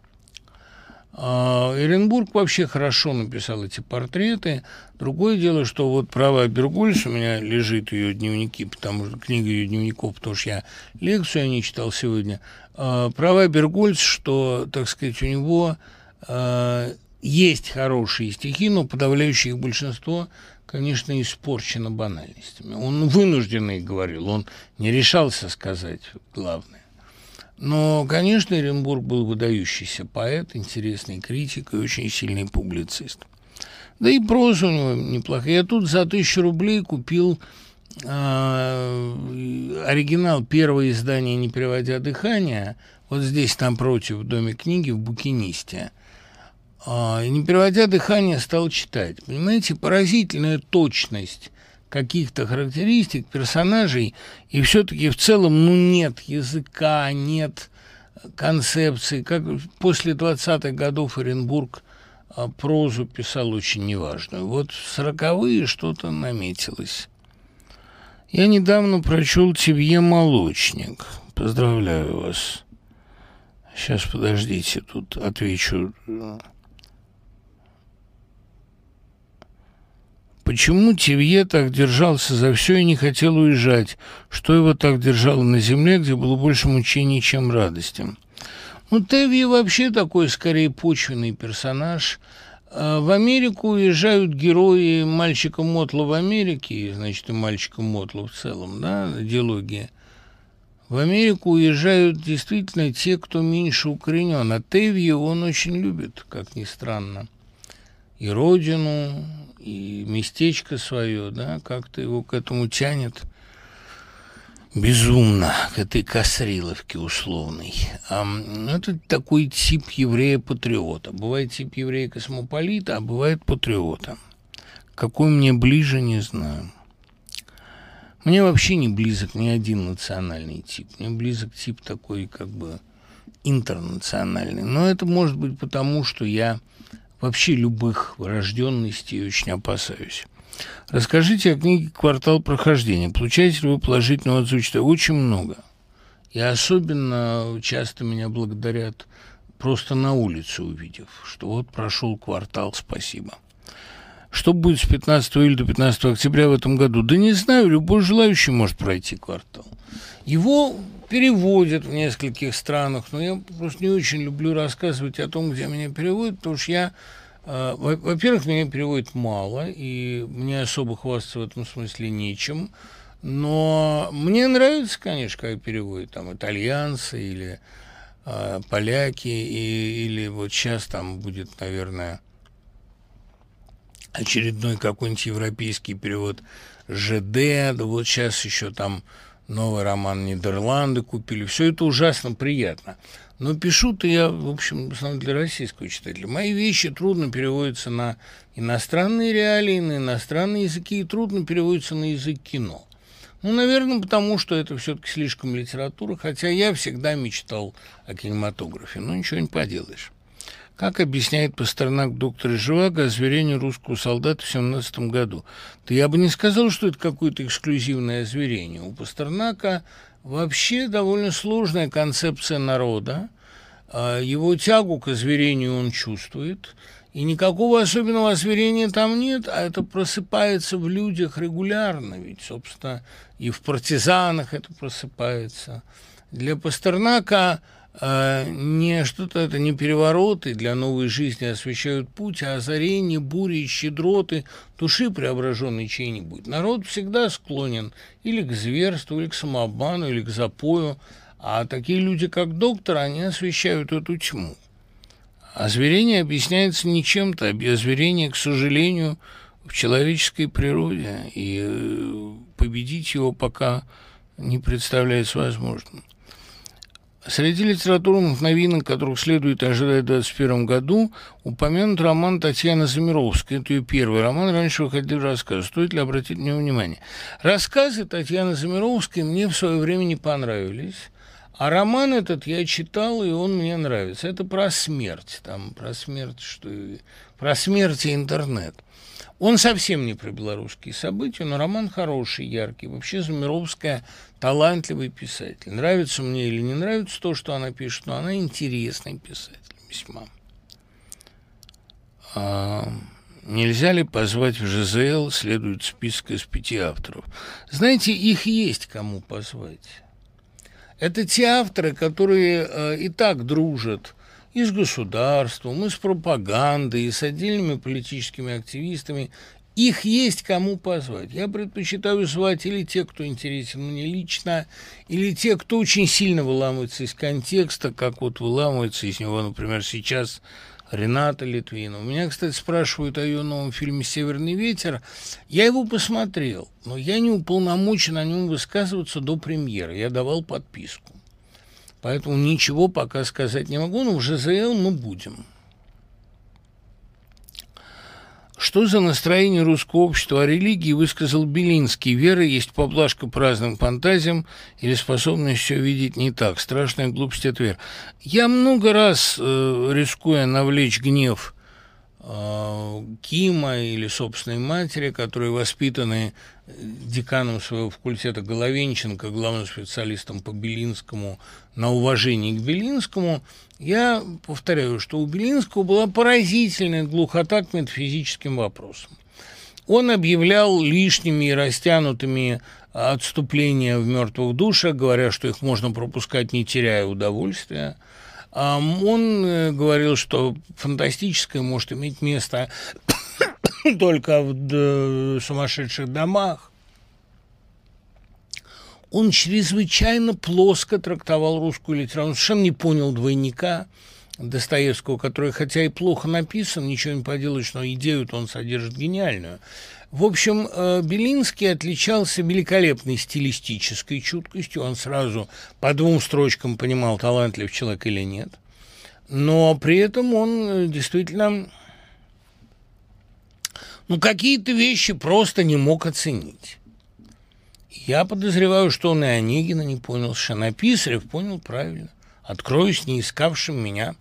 Оренбург вообще хорошо написал эти портреты. Другое дело, что вот права Бергольц, у меня лежит ее дневники, потому что книга ее дневников, потому что я лекцию не читал сегодня. Права Бергольц, что, так сказать, у него есть хорошие стихи, но подавляющее их большинство, конечно, испорчено банальностями. Он вынужденно их говорил, он не решался сказать главное. Но, конечно, Оренбург был выдающийся поэт, интересный критик и очень сильный публицист. Да и проза у него неплохая. Я тут за тысячу рублей купил э, оригинал первого издания «Не переводя дыхания». Вот здесь, напротив, в Доме книги, в «Букинисте». Э, «Не переводя дыхания» стал читать. Понимаете, поразительная точность каких-то характеристик персонажей, и все-таки в целом, ну, нет языка, нет концепции. Как после двадцатых годов Оренбург а, прозу писал очень неважную. Вот в сороковые что-то наметилось. Я недавно прочел Тивье «Молочник». Поздравляю вас. Сейчас, подождите, тут отвечу. Почему Тивье так держался за все и не хотел уезжать? Что его так держало на земле, где было больше мучений, чем радости? Ну, Тивье вообще такой, скорее, почвенный персонаж. В Америку уезжают герои «Мальчика Мотла в Америке», значит, и «Мальчика Мотла» в целом, да, диалогия. В Америку уезжают действительно те, кто меньше укоренен. А Тивье он очень любит, как ни странно. И родину, и местечко свое, да, как-то его к этому тянет безумно, к этой Косриловке условной. А, это такой тип еврея-патриота. Бывает тип еврея-космополита, а бывает патриота. Какой мне ближе, не знаю. Мне вообще не близок ни один национальный тип. Мне близок тип такой, как бы, интернациональный. Но это может быть потому, что я вообще любых врожденностей очень опасаюсь. Расскажите о книге «Квартал прохождения». Получаете ли вы положительного отзыва? Очень много. И особенно часто меня благодарят просто на улице, увидев, что вот прошел квартал, спасибо. Что будет с пятнадцатого июля до пятнадцатого октября в этом году? Да не знаю, любой желающий может пройти квартал. Его переводят в нескольких странах, но я просто не очень люблю рассказывать о том, где меня переводят, потому что я, э, во-первых, меня переводят мало, и мне особо хвастаться в этом смысле нечем, но мне нравится, конечно, когда переводят там итальянцы или э, поляки, и, или вот сейчас там будет, наверное, очередной какой-нибудь европейский перевод ЖД, да вот сейчас еще там новый роман «Нидерланды» купили. Все это ужасно приятно. Но пишу-то я, в общем, в основном для российского читателя. Мои вещи трудно переводятся на иностранные реалии, на иностранные языки, и трудно переводятся на язык кино. Ну, наверное, потому что это все-таки слишком литература, хотя я всегда мечтал о кинематографе. Но ничего не поделаешь. Как объясняет Пастернак доктор Живаго озверение русского солдата в семнадцатом году? Да я бы не сказал, что это какое-то эксклюзивное озверение. У Пастернака вообще довольно сложная концепция народа. Его тягу к озверению он чувствует. И никакого особенного озверения там нет, а это просыпается в людях регулярно. Ведь, собственно, и в партизанах это просыпается. Для Пастернака не что-то это не перевороты для новой жизни освещают путь, а озарение, бури и щедроты души преображенной чьей-нибудь. Народ всегда склонен или к зверству, или к самообману, или к запою, а такие люди, как доктор, они освещают эту тьму. Озверение объясняется не чем-то, а озверение, к сожалению, в человеческой природе, и победить его пока не представляется возможным. Среди литературных новинок, которых следует ожидать в двадцать первом году, упомянут роман Татьяны Замировской. Это ее первый роман, раньше выходил рассказ. Стоит ли обратить на него внимание? Рассказы Татьяны Замировской мне в свое время не понравились. А роман этот я читал, и он мне нравится. Это про смерть, там, про смерть, что... про смерть и интернет. Он совсем не про белорусские события, но роман хороший, яркий. Вообще Замировская талантливый писатель. Нравится мне или не нравится то, что она пишет, но она интересный писатель весьма. А, нельзя ли позвать в ЖЗЛ, следует список из пяти авторов? Знаете, их есть кому позвать. Это те авторы, которые э, и так дружат и с государством, и с пропагандой, и с отдельными политическими активистами. Их есть кому позвать. Я предпочитаю звать или тех, кто интересен мне лично, или тех, кто очень сильно выламывается из контекста, как вот выламывается из него, например, сейчас Рената Литвинова. Меня, кстати, спрашивают о ее новом фильме «Северный ветер». Я его посмотрел, но я не уполномочен о нем высказываться до премьеры. Я давал подписку. Поэтому ничего пока сказать не могу, но в ЖЗЛ мы будем. Что за настроение русского общества о религии, высказал Белинский. Вера есть поблажка праздным фантазиям или способность все видеть не так. Страшная глупость от веры. Я много раз, э, рискуя навлечь гнев э, Кима или собственной матери, которые воспитаны деканом своего факультета Головенченко, главным специалистом по Белинскому, на уважении к Белинскому, я повторяю, что у Белинского была поразительная глухота к метафизическим вопросам. Он объявлял лишними и растянутыми отступления в мертвых душах, говоря, что их можно пропускать, не теряя удовольствия. Он говорил, что фантастическое может иметь место только в сумасшедших домах. Он чрезвычайно плоско трактовал русскую литературу. Он совершенно не понял «Двойника» Достоевского, который, хотя и плохо написан, ничего не поделаешь, но идею-то он содержит гениальную. В общем, Белинский отличался великолепной стилистической чуткостью. Он сразу по двум строчкам понимал, талантлив человек или нет. Но при этом он действительно... ну, какие-то вещи просто не мог оценить. Я подозреваю, что он и Онегина не понял совершенно. А Писарев понял правильно. Откроюсь не искавшим меня.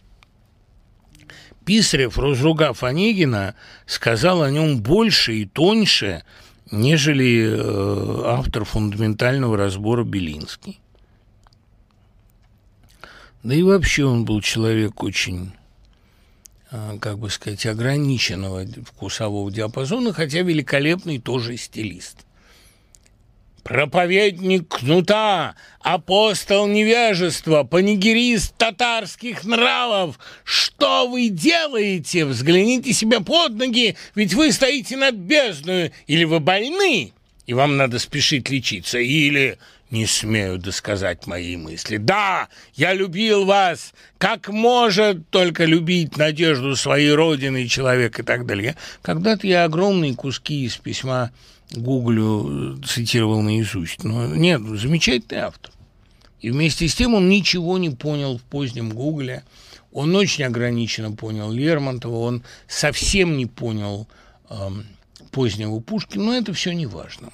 Писарев, разругав Онегина, сказал о нем больше и тоньше, нежели э, автор фундаментального разбора Белинский. Да и вообще он был человек очень... как бы сказать, ограниченного вкусового диапазона, хотя великолепный тоже стилист. Проповедник кнута, апостол невежества, панигерист татарских нравов. Что вы делаете? Взгляните себе под ноги, ведь вы стоите над бездною. Или вы больны, и вам надо спешить лечиться, или... не смею досказать мои мысли. Да, я любил вас, как может только любить надежду своей родины и человека и так далее. Когда-то я огромные куски из письма Гоголю цитировал наизусть. Но нет, замечательный автор. И вместе с тем он ничего не понял в позднем Гоголе. Он очень ограниченно понял Лермонтова, он совсем не понял э, позднего Пушкина, но это все не важно.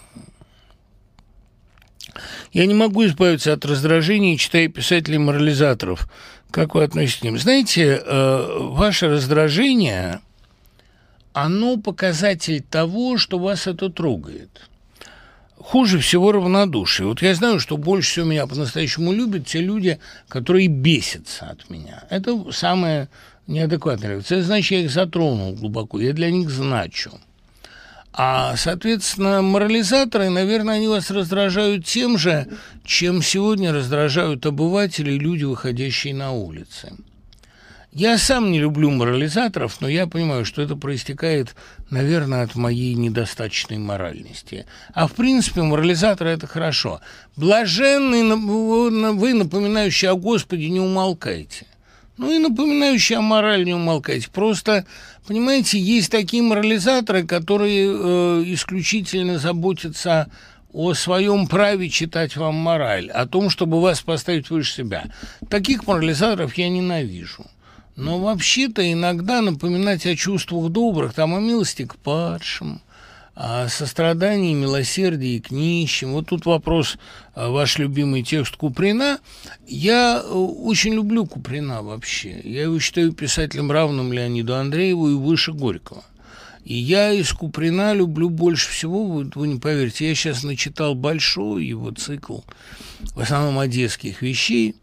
Я не могу избавиться от раздражения, читая писателей-морализаторов. Как вы относитесь к ним? Знаете, э, ваше раздражение, оно показатель того, что вас это трогает. Хуже всего равнодушие. Вот я знаю, что больше всего меня по-настоящему любят те люди, которые бесятся от меня. Это самое неадекватное реакция. Это значит, я их затронул глубоко, я для них значу. А, соответственно, морализаторы, наверное, они вас раздражают тем же, чем сегодня раздражают обыватели и люди, выходящие на улицы. Я сам не люблю морализаторов, но я понимаю, что это проистекает, наверное, от моей недостаточной моральности. А в принципе морализаторы – это хорошо. Блаженный вы, напоминающие о Господе, не умолкайте. Ну и напоминающие о морали не умолкайте. Просто, понимаете, есть такие морализаторы, которые э, исключительно заботятся о своем праве читать вам мораль, о том, чтобы вас поставить выше себя. Таких морализаторов я ненавижу. Но вообще-то иногда напоминать о чувствах добрых, там, о милости к падшим, о сострадании, милосердии к нищим. Вот тут вопрос, ваш любимый текст Куприна. Я очень люблю Куприна вообще. Я его считаю писателем, равным Леониду Андрееву и выше Горького. И я из Куприна люблю больше всего, вы, вы не поверите, я сейчас начитал большой его цикл, в основном одесских вещей.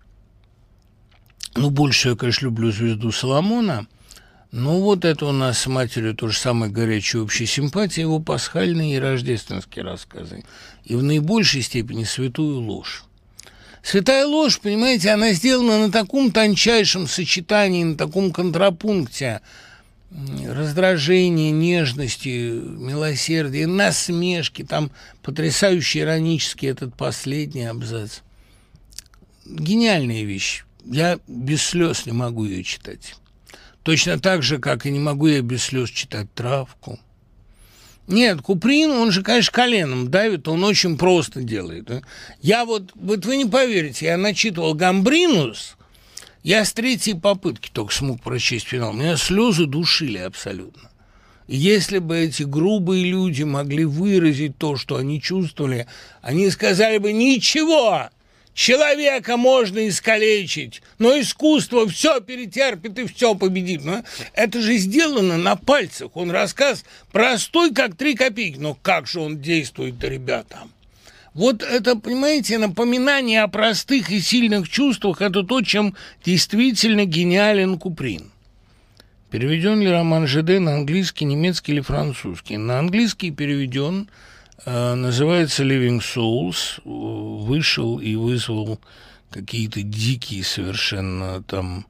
Ну, больше я, конечно, люблю «Звезду Соломона». Ну, вот это у нас с матерью то же самое горячая общая симпатия, его пасхальные и рождественские рассказы. И в наибольшей степени «Святую ложь». «Святая ложь», понимаете, она сделана на таком тончайшем сочетании, на таком контрапункте раздражения, нежности, милосердия, насмешки. Там потрясающе иронический этот последний абзац. Гениальная вещь. Я без слез не могу ее читать. Точно так же, как и не могу я без слез читать «Травку». Нет, Куприн, он же, конечно, коленом давит, он очень просто делает. Я вот, вот вы не поверите, я начитывал «Гамбринус», я с третьей попытки только смог прочесть финал. Меня слезы душили абсолютно. И если бы эти грубые люди могли выразить то, что они чувствовали, они сказали бы: ничего, человека можно искалечить, но искусство все перетерпит и все победит. Но это же сделано на пальцах. Он рассказ простой, как три копейки. Но как же он действует-то, ребята? Вот это, понимаете, напоминание о простых и сильных чувствах – это то, чем действительно гениален Куприн. Переведен ли роман Жиде на английский, немецкий или французский? На английский переведен, э, называется «Living Souls», вышел и вызвал какие-то дикие совершенно там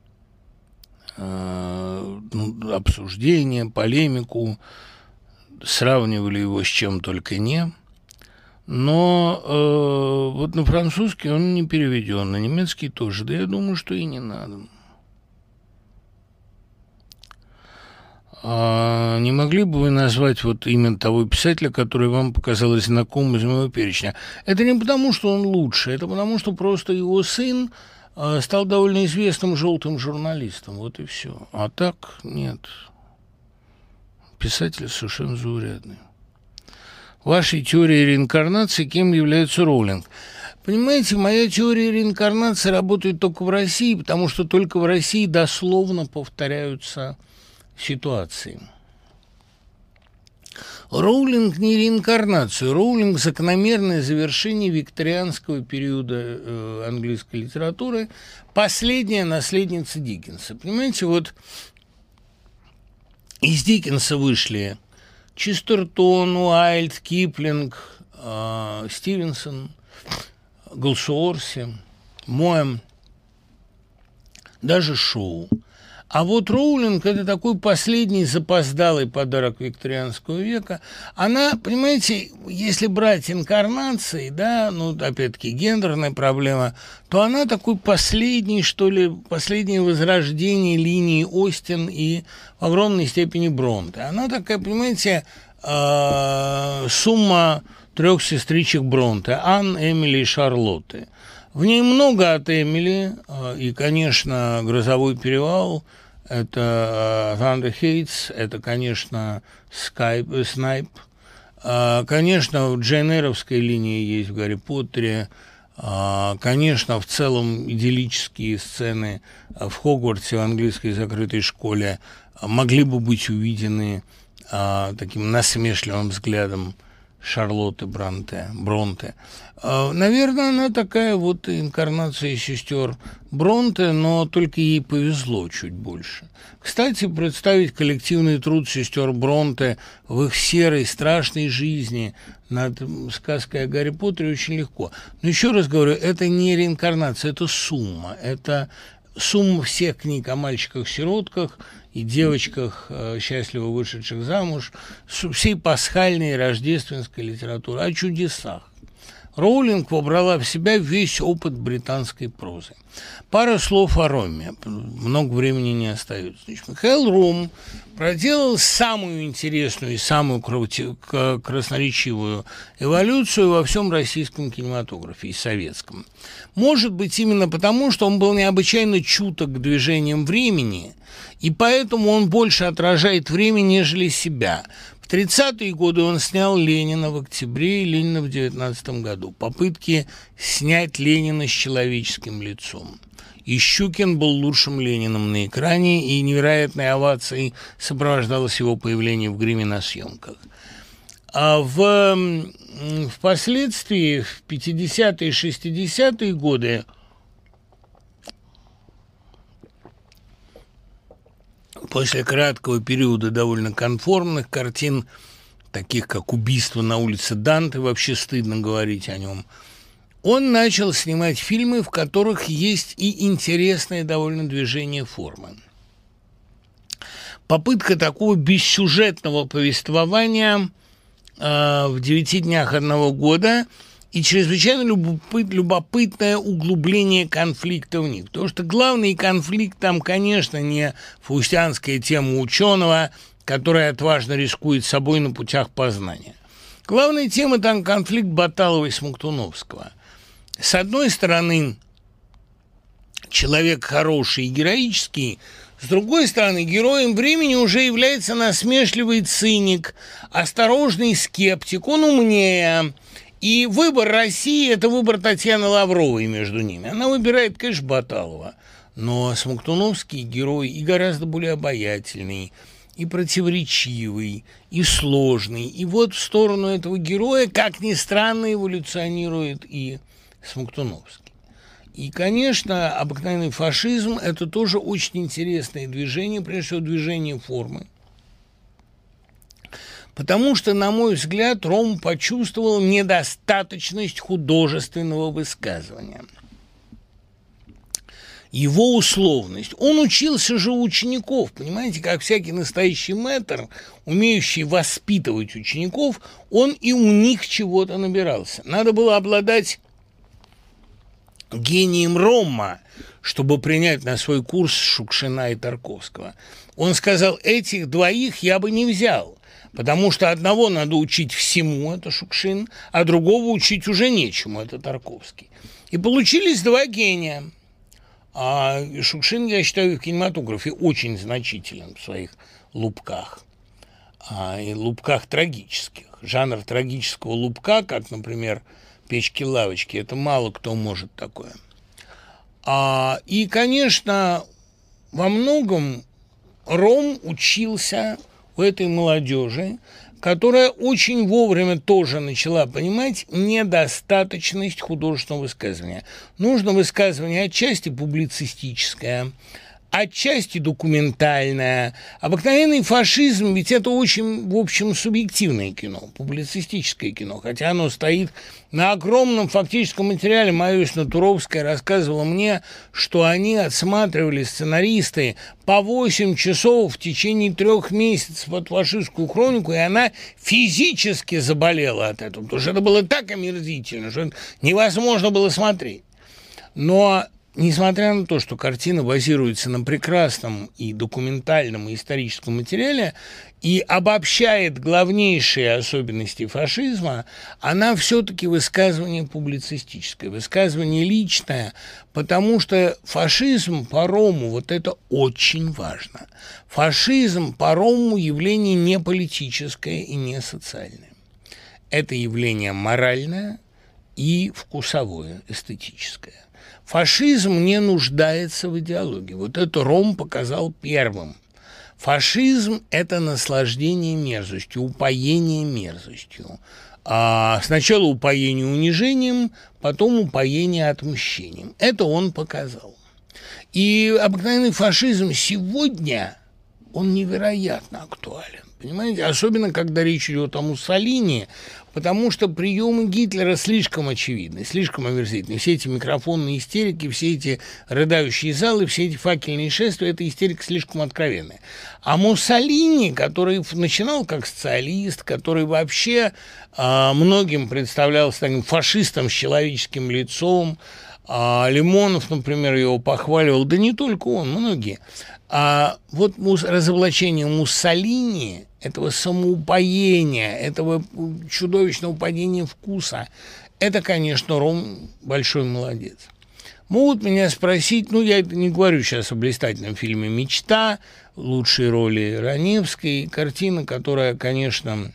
э, ну, обсуждения, полемику, сравнивали его с чем только не. Но э, вот на французский он не переведен, на немецкий тоже. Да я думаю, что и не надо. А не могли бы вы назвать вот именно того писателя, который вам показалось знакомым из моего перечня? Это не потому, что он лучше, это потому, что просто его сын э, стал довольно известным желтым журналистом. Вот и все. А так нет. Писатель совершенно заурядный. Вашей теории реинкарнации кем является Роулинг? Понимаете, моя теория реинкарнации работает только в России, потому что только в России дословно повторяются ситуации. Роулинг не реинкарнацию, Роулинг – закономерное завершение викторианского периода э, английской литературы, последняя наследница Диккенса. Понимаете, вот из Диккенса вышли Честертон, Уайльд, Киплинг, э, Стивенсон, Голсуорси, Моэм, даже Шоу. А вот Роулинг – это такой последний запоздалый подарок викторианского века. Она, понимаете, если брать инкарнации, да, ну, опять-таки, гендерная проблема, то она такой последний, что ли, последнее возрождение линии Остин и в огромной степени Бронте. Она такая, понимаете, э, сумма трех сестричек Бронте – Анн, Эмили и Шарлотты. В ней много от Эмили, э, и, конечно, «Грозовой перевал», это Thunder Heights, это, конечно, Скайп, Снайп. Конечно, в Джейн Эйровской линии есть в Гарри Поттере. Конечно, в целом идиллические сцены в Хогвартсе, в английской закрытой школе, могли бы быть увидены таким насмешливым взглядом Шарлотты Бронте. Бронте. Наверное, она такая вот инкарнация сестер Бронте, но только ей повезло чуть больше. Кстати, представить коллективный труд сестер Бронте в их серой, страшной жизни над сказкой о Гарри Поттере очень легко. Но еще раз говорю, это не реинкарнация, это сумма. Это сумма всех книг о мальчиках-сиротках и девочках, счастливо вышедших замуж, всей пасхальной рождественской литературы, о чудесах. Роулинг вобрала в себя весь опыт британской прозы. Пара слов о Роме. Много времени не остается. Значит, Михаил Ром проделал самую интересную и самую красноречивую эволюцию во всем российском кинематографе и советском. Может быть, именно потому, что он был необычайно чуток к движениям времени, и поэтому он больше отражает время, нежели себя. В тридцатые годы он снял Ленина в октябре и Ленина в девятнадцатом году. Попытки снять Ленина с человеческим лицом. И Щукин был лучшим Лениным на экране, и невероятной овацией сопровождалось его появление в гриме на съемках. А в, впоследствии, в пятидесятые и шестидесятые годы, после краткого периода довольно конформных картин, таких как «Убийство на улице Данте», вообще стыдно говорить о нем, он начал снимать фильмы, в которых есть и интересное довольно движение формы. Попытка такого бессюжетного повествования э, в «Девяти днях одного года» и чрезвычайно любопыт, любопытное углубление конфликта в них. Потому что главный конфликт там, конечно, не фаустианская тема ученого, который отважно рискует собой на путях познания. Главная тема там конфликт Баталова и Смоктуновского. С одной стороны, человек хороший и героический, с другой стороны, героем времени уже является насмешливый циник, осторожный скептик, он умнее. И выбор России – это выбор Татьяны Лавровой между ними. Она выбирает, конечно, Баталова, но Смоктуновский герой и гораздо более обаятельный, и противоречивый, и сложный. И вот в сторону этого героя, как ни странно, эволюционирует и Смоктуновский. И, конечно, обыкновенный фашизм – это тоже очень интересное движение, прежде всего движение формы. Потому что, на мой взгляд, Ром почувствовал недостаточность художественного высказывания. Его условность. Он учился же у учеников, понимаете, как всякий настоящий мэтр, умеющий воспитывать учеников, он и у них чего-то набирался. Надо было обладать гением Рома, чтобы принять на свой курс Шукшина и Тарковского. Он сказал, этих двоих я бы не взял, потому что одного надо учить всему, это Шукшин, а другого учить уже нечему, это Тарковский. И получились два гения. А Шукшин, я считаю, в кинематографе очень значителен в своих лупках, а, и лупках трагических. Жанр трагического лупка, как, например, «Печки-лавочки», это мало кто может такое. А, и, конечно, во многом Ром учился у этой молодежи, которая очень вовремя тоже начала понимать недостаточность художественного высказывания. Нужно высказывание отчасти публицистическое, отчасти документальное. Обыкновенный фашизм, ведь это очень, в общем, субъективное кино, публицистическое кино, хотя оно стоит на огромном фактическом материале. Мария Натуровская рассказывала мне, что они отсматривали, сценаристы, по восемь часов в течение трех месяцев от фашистскую хронику, и она физически заболела от этого, потому что это было так омерзительно, что невозможно было смотреть. Но несмотря на то, что картина базируется на прекрасном и документальном, и историческом материале и обобщает главнейшие особенности фашизма, она все-таки высказывание публицистическое, высказывание личное, потому что фашизм по Рому, вот это очень важно. Фашизм по Рому явление не политическое и не социальное. Это явление моральное и вкусовое, эстетическое. Фашизм не нуждается в идеологии. Вот это Ром показал первым. Фашизм – это наслаждение мерзостью, упоение мерзостью. А сначала упоение унижением, потом упоение отмщением. Это он показал. И обыкновенный фашизм сегодня, он невероятно актуален. Понимаете? Особенно, когда речь идет о Муссолини, потому что приемы Гитлера слишком очевидны, слишком омерзительны. Все эти микрофонные истерики, все эти рыдающие залы, все эти факельные шествия – это истерика слишком откровенная. А Муссолини, который начинал как социалист, который вообще э, многим представлялся таким фашистом с человеческим лицом, а Лимонов, например, его похваливал, да не только он, многие. А вот разоблачение Муссолини, этого самоупоения, этого чудовищного падения вкуса, это, конечно, Ром большой молодец. Могут меня спросить, ну, я это не говорю сейчас о блистательном фильме «Мечта», лучшей роли Раневской, картина, которая, конечно,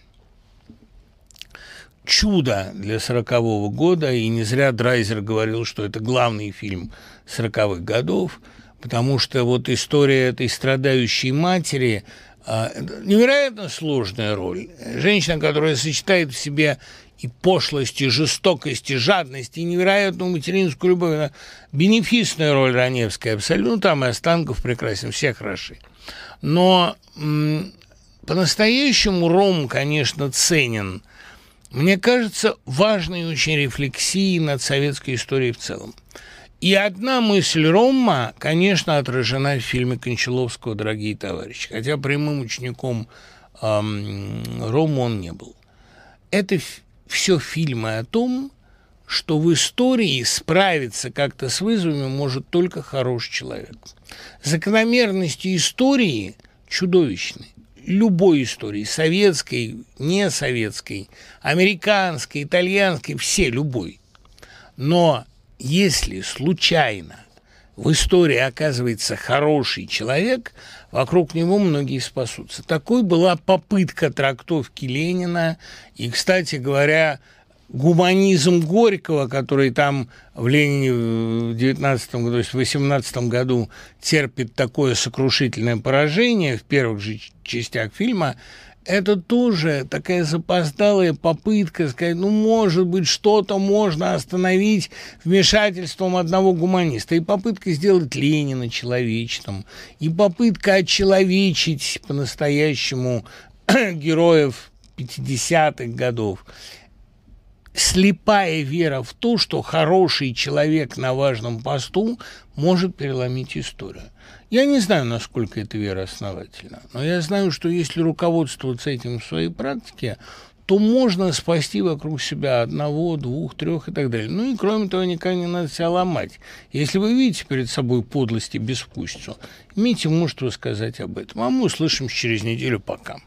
чудо для сорокового года, и не зря Драйзер говорил, что это главный фильм сороковых годов, потому что вот история этой страдающей матери а, невероятно сложная роль. Женщина, которая сочетает в себе и пошлость, и жестокость, и жадность, и невероятную материнскую любовь. Она бенефисная роль Раневской абсолютно. Ну, там и Останков прекрасен, все хороши. Но м- по-настоящему Ром, конечно, ценен. Мне кажется, важной очень рефлексией над советской историей в целом. И одна мысль Рома, конечно, отражена в фильме Кончаловского «Дорогие товарищи», хотя прямым учеником эм, Рома он не был. Это все фильмы о том, что в истории справиться как-то с вызовами может только хороший человек. Закономерности истории чудовищны. Любой истории, советской, не советской, американской, итальянской, все, любой. Но если случайно в истории оказывается хороший человек, вокруг него многие спасутся. Такой была попытка трактовки Ленина. И, кстати говоря, гуманизм Горького, который там в Ленине в девятнадцатом году, то есть в восемнадцатом году терпит такое сокрушительное поражение в первых же частях фильма, это тоже такая запоздалая попытка сказать, ну, может быть, что-то можно остановить вмешательством одного гуманиста. И попытка сделать Ленина человечным, и попытка отчеловечить по-настоящему героев пятидесятых годов. Слепая вера в то, что хороший человек на важном посту может переломить историю. Я не знаю, насколько эта вера основательна, но я знаю, что если руководствоваться этим в своей практике, то можно спасти вокруг себя одного, двух, трех и так далее. Ну и кроме того, никогда не надо себя ломать. Если вы видите перед собой подлость и безвкусицу, имейте мужество сказать об этом. А мы услышимся через неделю. Пока.